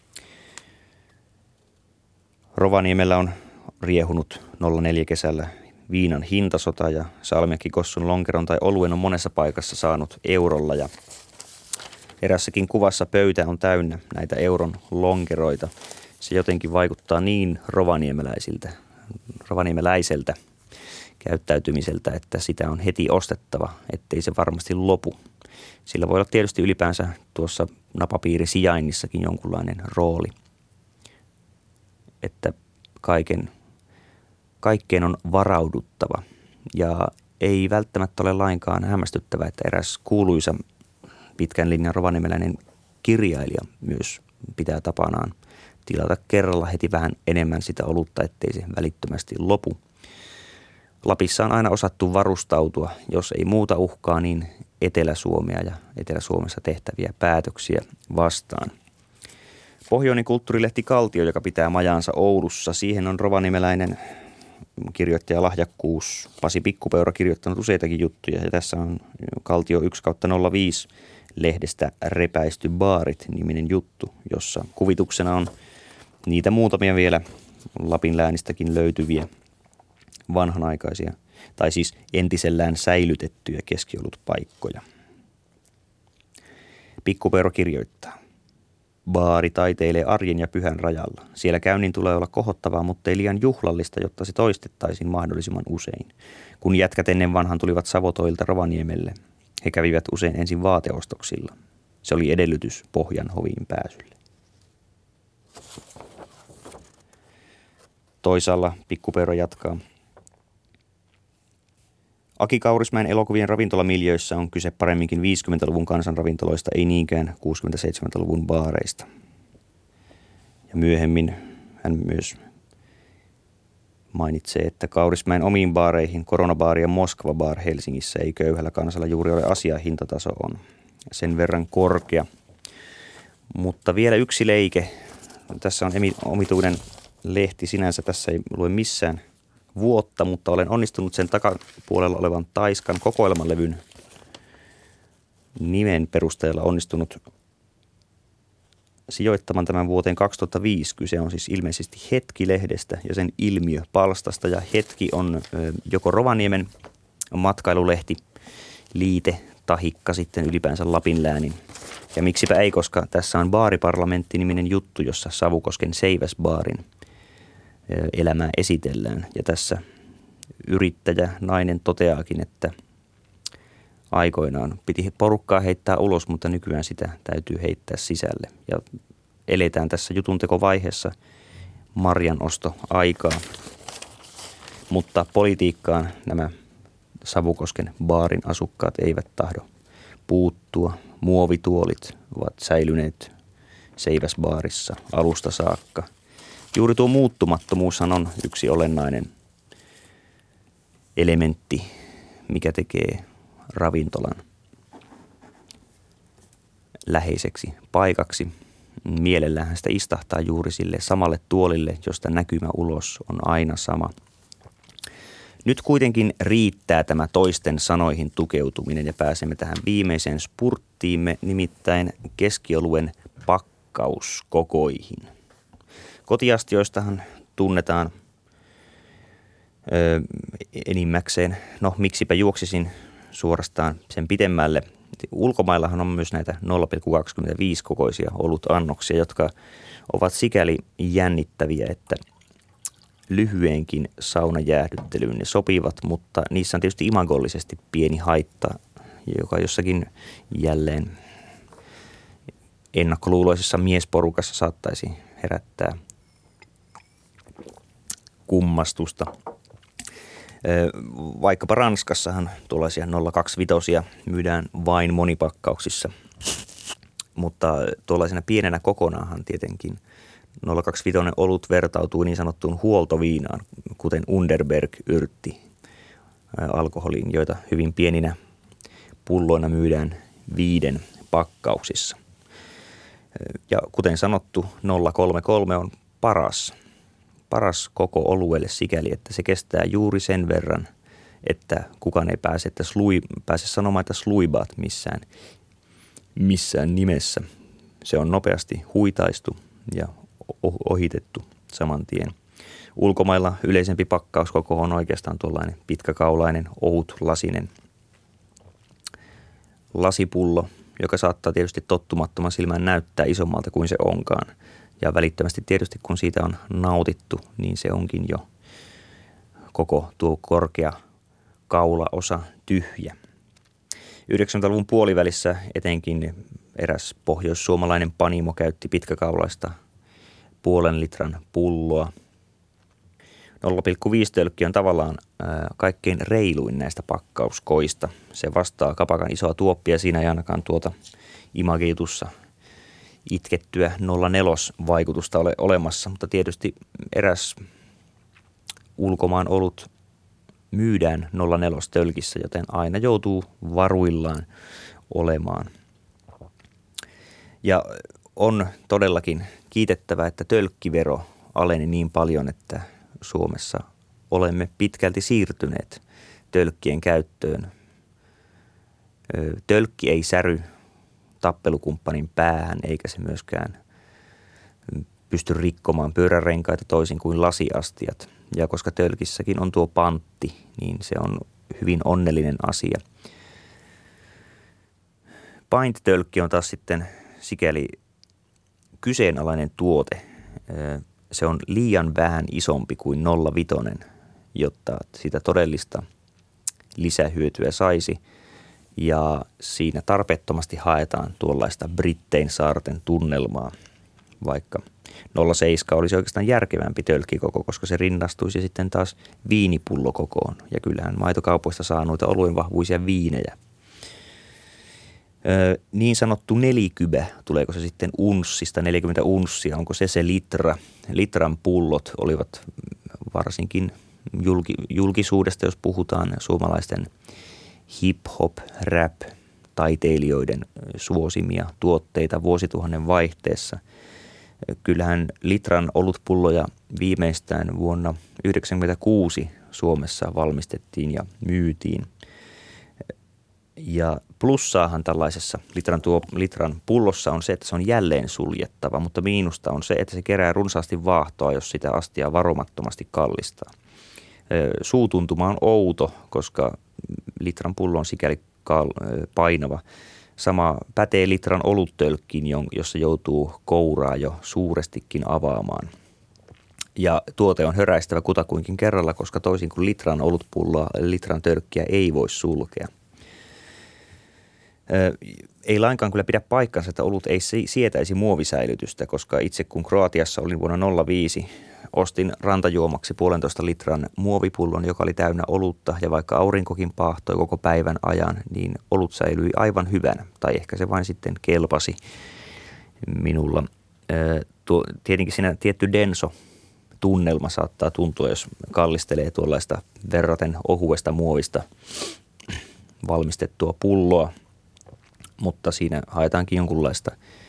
Rovaniemellä on riehunut nolla neljä kesällä viinan hintasota ja Salmiakki Kossun lonkeron tai oluen on monessa paikassa saanut eurolla ja erässäkin kuvassa pöytä on täynnä näitä euron lonkeroita. Se jotenkin vaikuttaa niin rovaniemeläisiltä, rovaniemeläiseltä käyttäytymiseltä, että sitä on heti ostettava, ettei se varmasti lopu. Sillä voi olla tietysti ylipäänsä tuossa napapiirisijainnissakin jonkunlainen rooli, että kaiken, kaikkeen on varauduttava ja ei välttämättä ole lainkaan hämmästyttävää, että eräs kuuluisa pitkän linjan rovaniemeläinen kirjailija myös pitää tapanaan tilata kerralla heti vähän enemmän sitä olutta, ettei se välittömästi lopu. Lapissa on aina osattu varustautua, jos ei muuta uhkaa, niin Etelä-Suomea ja Etelä-Suomessa tehtäviä päätöksiä vastaan. Pohjoinen kulttuurilehti Kaltio, joka pitää majaansa Oulussa, siihen on rovaniemeläinen kirjoittaja lahjakkuus Pasi Pikkupeura kirjoittanut useitakin juttuja. Ja tässä on Kaltio yksi kautta nolla viisi lehdestä Repäisty baarit -niminen juttu, jossa kuvituksena on niitä muutamia vielä Lapin läänistäkin löytyviä vanhanaikaisia, tai siis entisellään säilytettyjä keskiolutpaikkoja. Pikkupeuro kirjoittaa. Baari taiteilee arjen ja pyhän rajalla. Siellä käynnin tulee olla kohottavaa, mutta ei liian juhlallista, jotta se toistettaisiin mahdollisimman usein. Kun jätkät ennen vanhan tulivat Savotoilta Rovaniemelle, he kävivät usein ensin vaateostoksilla. Se oli edellytys Pohjan hoviin pääsylle. Toisaalla Pikkupeuro jatkaa. Aki Kaurismäen elokuvien ravintolamiljöissä on kyse paremminkin viisikymmentäluvun kansanravintoloista, ei niinkään kuusikymmentä-seitsemänkymmentäluvun baareista. Ja myöhemmin hän myös mainitsee, että Kaurismäen omiin baareihin, Koronabaari ja Moskva Bar Helsingissä, ei köyhällä kansalla juuri ole asiaa, hintataso on sen verran korkea. Mutta vielä yksi leike. Tässä on omituinen lehti sinänsä, tässä ei lue missään vuotta, mutta olen onnistunut sen takapuolella olevan Taiskan kokoelmalevyn nimen perusteella onnistunut sijoittamaan tämän vuoteen kaksituhattaviisi. Kyse on siis ilmeisesti Hetki-lehdestä ja sen ilmiöpalstasta. Ja Hetki on joko Rovaniemen matkailulehti, liite, tahikka sitten ylipäänsä Lapin läänin. Ja miksipä ei, koska tässä on Baariparlamentti-niminen juttu, jossa Savukosken Seiväsbaarin elämää esitellään. Ja tässä yrittäjä nainen toteaakin, että aikoinaan piti porukkaa heittää ulos, mutta nykyään sitä täytyy heittää sisälle. Ja eletään tässä jutuntekovaiheessa marjanosto-aikaa. Mutta politiikkaan nämä Savukosken baarin asukkaat eivät tahdo puuttua. Muovituolit ovat säilyneet Seiväsbaarissa alusta saakka. Juuri tuo muuttumattomuushan on yksi olennainen elementti, mikä tekee ravintolan läheiseksi paikaksi. Mielellään sitä istahtaa juuri sille samalle tuolille, josta näkymä ulos on aina sama. Nyt kuitenkin riittää tämä toisten sanoihin tukeutuminen ja pääsemme tähän viimeiseen spurttiimme, nimittäin keskioluen pakkauskokoihin. Kotiastioistahan tunnetaan ö, enimmäkseen, no miksipä juoksisin suorastaan sen pitemmälle. Ulkomaillahan on myös näitä nolla pilkku kaksikymmentäviisi kokoisia olutannoksia, jotka ovat sikäli jännittäviä, että lyhyenkin saunajäähdyttelyyn ne sopivat, mutta niissä on tietysti imagollisesti pieni haitta, joka jossakin jälleen ennakkoluuloisessa miesporukassa saattaisi herättää kummastusta. Vaikkapa Ranskassahan tuollaisia nolla kaksikymmentäviisi myydään vain monipakkauksissa, mutta tuollaisena pienenä kokonaanhan tietenkin nolla kaksikymmentäviisi olut vertautuu niin sanottuun huoltoviinaan, kuten Underberg-yrtti alkoholiin, joita hyvin pieninä pulloina myydään viiden pakkauksissa. Ja kuten sanottu, nolla kolmekymmentäkolme on paras, paras koko oluelle sikäli, että se kestää juuri sen verran, että kukaan ei pääse, että slui, pääse sanomaan, että sluibaat missään, missään nimessä. Se on nopeasti huitaistu ja ohitettu saman tien. Ulkomailla yleisempi pakkauskoko on oikeastaan tuollainen pitkäkaulainen, ohut lasinen lasipullo, joka saattaa tietysti tottumattoman silmään näyttää isommalta kuin se onkaan. Ja välittömästi tietysti kun siitä on nautittu, niin se onkin jo koko tuo korkea kaulaosa tyhjä. yhdeksänkymmentäluvun puolivälissä etenkin eräs pohjoissuomalainen panimo käytti pitkäkaulaista puolen litran pulloa. nolla pilkku viisi tölkki on tavallaan ää, kaikkein reiluin näistä pakkauskoista. Se vastaa kapakan isoa tuoppia, siinä ei ainakaan tuota imageitussa itkettyä nolla neljä vaikutusta ole olemassa, mutta tietysti eräs ulkomaan olut myydään nolla neljä tölkissä, joten aina joutuu varuillaan olemaan. Ja on todellakin kiitettävä, että tölkkivero aleni niin paljon, että Suomessa olemme pitkälti siirtyneet tölkkien käyttöön. Tölkki ei säry tappelukumppanin päähän, eikä se myöskään pysty rikkomaan pyörärenkaita toisin kuin lasiastiat. Ja koska tölkissäkin on tuo pantti, niin se on hyvin onnellinen asia. Pint-tölkki on taas sitten sikäli kyseenalainen tuote. Se on liian vähän isompi kuin nolla viisi, jotta sitä todellista lisähyötyä saisi. Ja siinä tarpeettomasti haetaan tuollaista Brittein saarten tunnelmaa, vaikka nolla seitsemän olisi oikeastaan järkevämpi tölkkikoko, koska se rinnastuisi sitten taas viinipullokokoon. Ja kyllähän maitokaupoista saa noita oluenvahvuisia viinejä. Öö, niin sanottu nelikybä, tuleeko se sitten unssista, neljäkymmentä unssia, onko se se litra? Litran pullot olivat varsinkin julki, julkisuudesta, jos puhutaan suomalaisten hip-hop, rap, taiteilijoiden suosimia tuotteita vuosituhannen vaihteessa. Kyllähän litran olutpulloja viimeistään vuonna yhdeksänkymmentäkuusi Suomessa valmistettiin ja myytiin. Ja plussaahan tällaisessa litran, tuo, litran pullossa on se, että se on jälleen suljettava, mutta miinusta on se, että se kerää runsaasti vaahtoa, jos sitä astiaa varomattomasti kallistaa. Suutuntuma on outo, koska litran pullo on sikäli painava. Sama pätee litran oluttölkkiin, jossa joutuu kouraa jo suurestikin avaamaan. Ja tuote on höräistävä kutakuinkin kerralla, koska toisin kuin litran olutpulloa, litran tölkkiä ei voi sulkea. Ei lainkaan kyllä pidä paikkansa, että olut ei sietäisi muovisäilytystä, koska itse kun Kroatiassa olin vuonna nolla viisi, ostin rantajuomaksi puolentoista litran muovipullon, joka oli täynnä olutta, ja vaikka aurinkokin paahtoi koko päivän ajan, niin olut säilyi aivan hyvänä, tai ehkä se vain sitten kelpasi minulla. Tuo, tietenkin siinä tietty denso tunnelma saattaa tuntua, jos kallistelee tuollaista verraten ohuesta muovista valmistettua pulloa, mutta siinä haetaankin jonkunlaista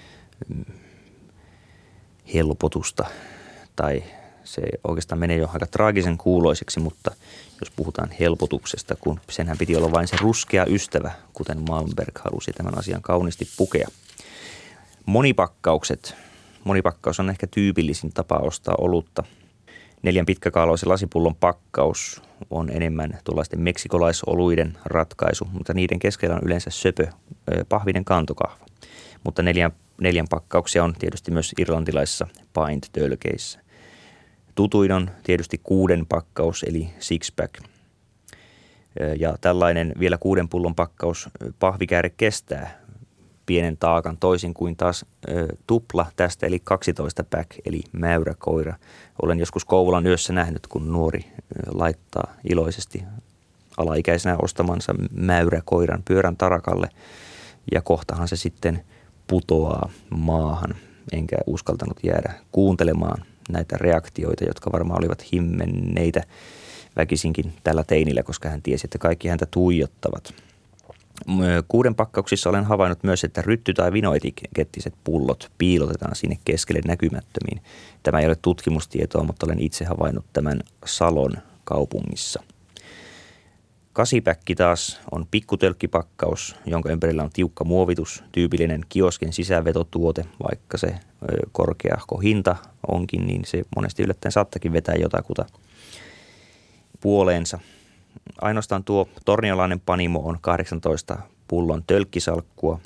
helpotusta, tai se oikeastaan menee jo aika traagisen kuuloiseksi, mutta jos puhutaan helpotuksesta, kun senhän piti olla vain se ruskea ystävä, kuten Malmberg halusi tämän asian kauniisti pukea. Monipakkaukset. Monipakkaus on ehkä tyypillisin tapa ostaa olutta. Neljän pitkäkaaloisen lasipullon pakkaus on enemmän tuollaisten meksikolaisoluiden ratkaisu, mutta niiden keskellä on yleensä söpö, pahvinen kantokahva. Mutta neljän, neljän pakkauksia on tietysti myös irlantilaisissa pint-tölkeissä. Tutuin on tietysti kuuden pakkaus eli six-pack. Ja tällainen vielä kuuden pullon pakkaus pahvikääre kestää pienen taakan toisin kuin taas ö, tupla tästä eli kaksitoista pack eli mäyräkoira. Olen joskus Kouvolan yössä nähnyt, kun nuori ö, laittaa iloisesti alaikäisenä ostamansa mäyräkoiran pyörän tarakalle ja kohtahan se sitten putoaa maahan. Enkä uskaltanut jäädä kuuntelemaan näitä reaktioita, jotka varmaan olivat himmenneitä väkisinkin tällä teinillä, koska hän tiesi, että kaikki häntä tuijottavat. Kuuden pakkauksissa olen havainnut myös, että rytty- tai vinoetikettiset pullot piilotetaan sinne keskelle näkymättömiin. Tämä ei ole tutkimustietoa, mutta olen itse havainnut tämän Salon kaupungissa. Kasipäkki taas on pikkutölkkipakkaus, jonka ympärillä on tiukka muovitus, tyypillinen kioskin sisäänvetotuote, vaikka se korkeahko hinta onkin, niin se monesti yllättäen saattakin vetää jotakuta puoleensa. Ainoastaan tuo torniolainen Panimo on kahdeksantoista pullon tölkkisalkkua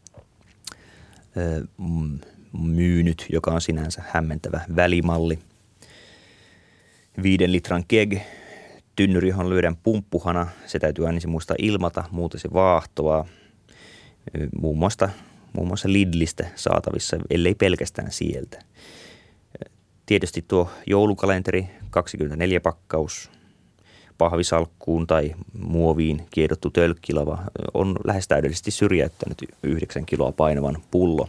myynyt, joka on sinänsä hämmentävä välimalli. Viiden litran keg, tynnyri, johon lyödään pumppuhana. Se täytyy aina muistaa ilmata, muuten se vaahtoaa. Muun muassa, muun muassa Lidlistä saatavissa, ellei pelkästään sieltä. Tietysti tuo joulukalenteri, kaksikymmentäneljä pakkaus, pahvisalkkuun tai muoviin kiedottu tölkkilava on lähes täydellisesti syrjäyttänyt yhdeksän kiloa painavan pullo.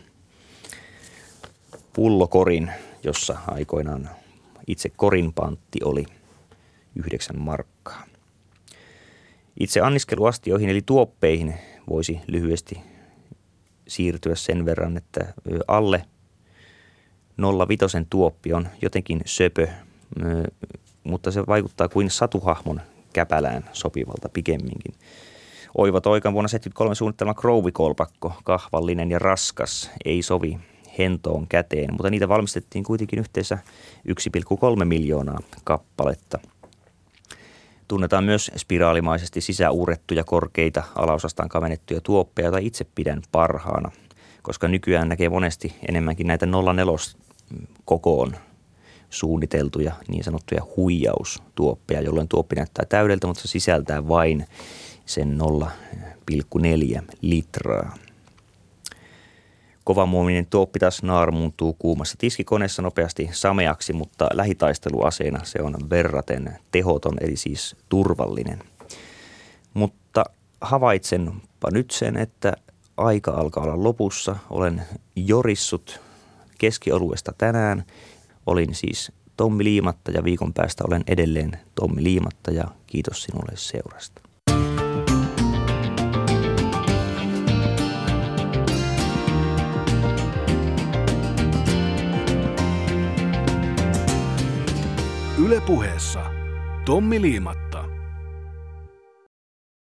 Pullokorin, jossa aikoinaan itse korin pantti oli yhdeksän markkaa. Itse anniskeluastioihin eli tuoppeihin voisi lyhyesti siirtyä sen verran, että alle nolla viisi tuoppi on jotenkin söpö. mutta se vaikuttaa kuin satuhahmon käpälään sopivalta pikemminkin. Oiva Toikan vuonna seitsemänkymmentäkolme suunnittelema Groove-kolpakko, kahvallinen ja raskas, ei sovi hentoon käteen, mutta niitä valmistettiin kuitenkin yhteensä yksi pilkku kolme miljoonaa kappaletta. Tunnetaan myös spiraalimaisesti sisäuurettuja korkeita, alaosastaan kavennettuja tuoppeja, joita itse pidän parhaana, koska nykyään näkee monesti enemmänkin näitä nolla neljä kokoon suunniteltuja niin sanottuja huijaustuoppeja, jolloin tuoppi näyttää täydeltä, mutta se sisältää vain sen nolla pilkku neljä litraa. Kovamuovinen tuoppi taas naarmuuntuu kuumassa tiskikoneessa nopeasti sameaksi, mutta lähitaisteluaseena se on verraten tehoton, eli siis turvallinen. Mutta havaitsenpa nyt sen, että aika alkaa olla lopussa. Olen jorissut keskioluesta tänään. Olin siis Tommi Liimatta ja viikon päästä olen edelleen Tommi Liimatta ja kiitos sinulle seurasta. Yle Puheessa Tommi Liimatta.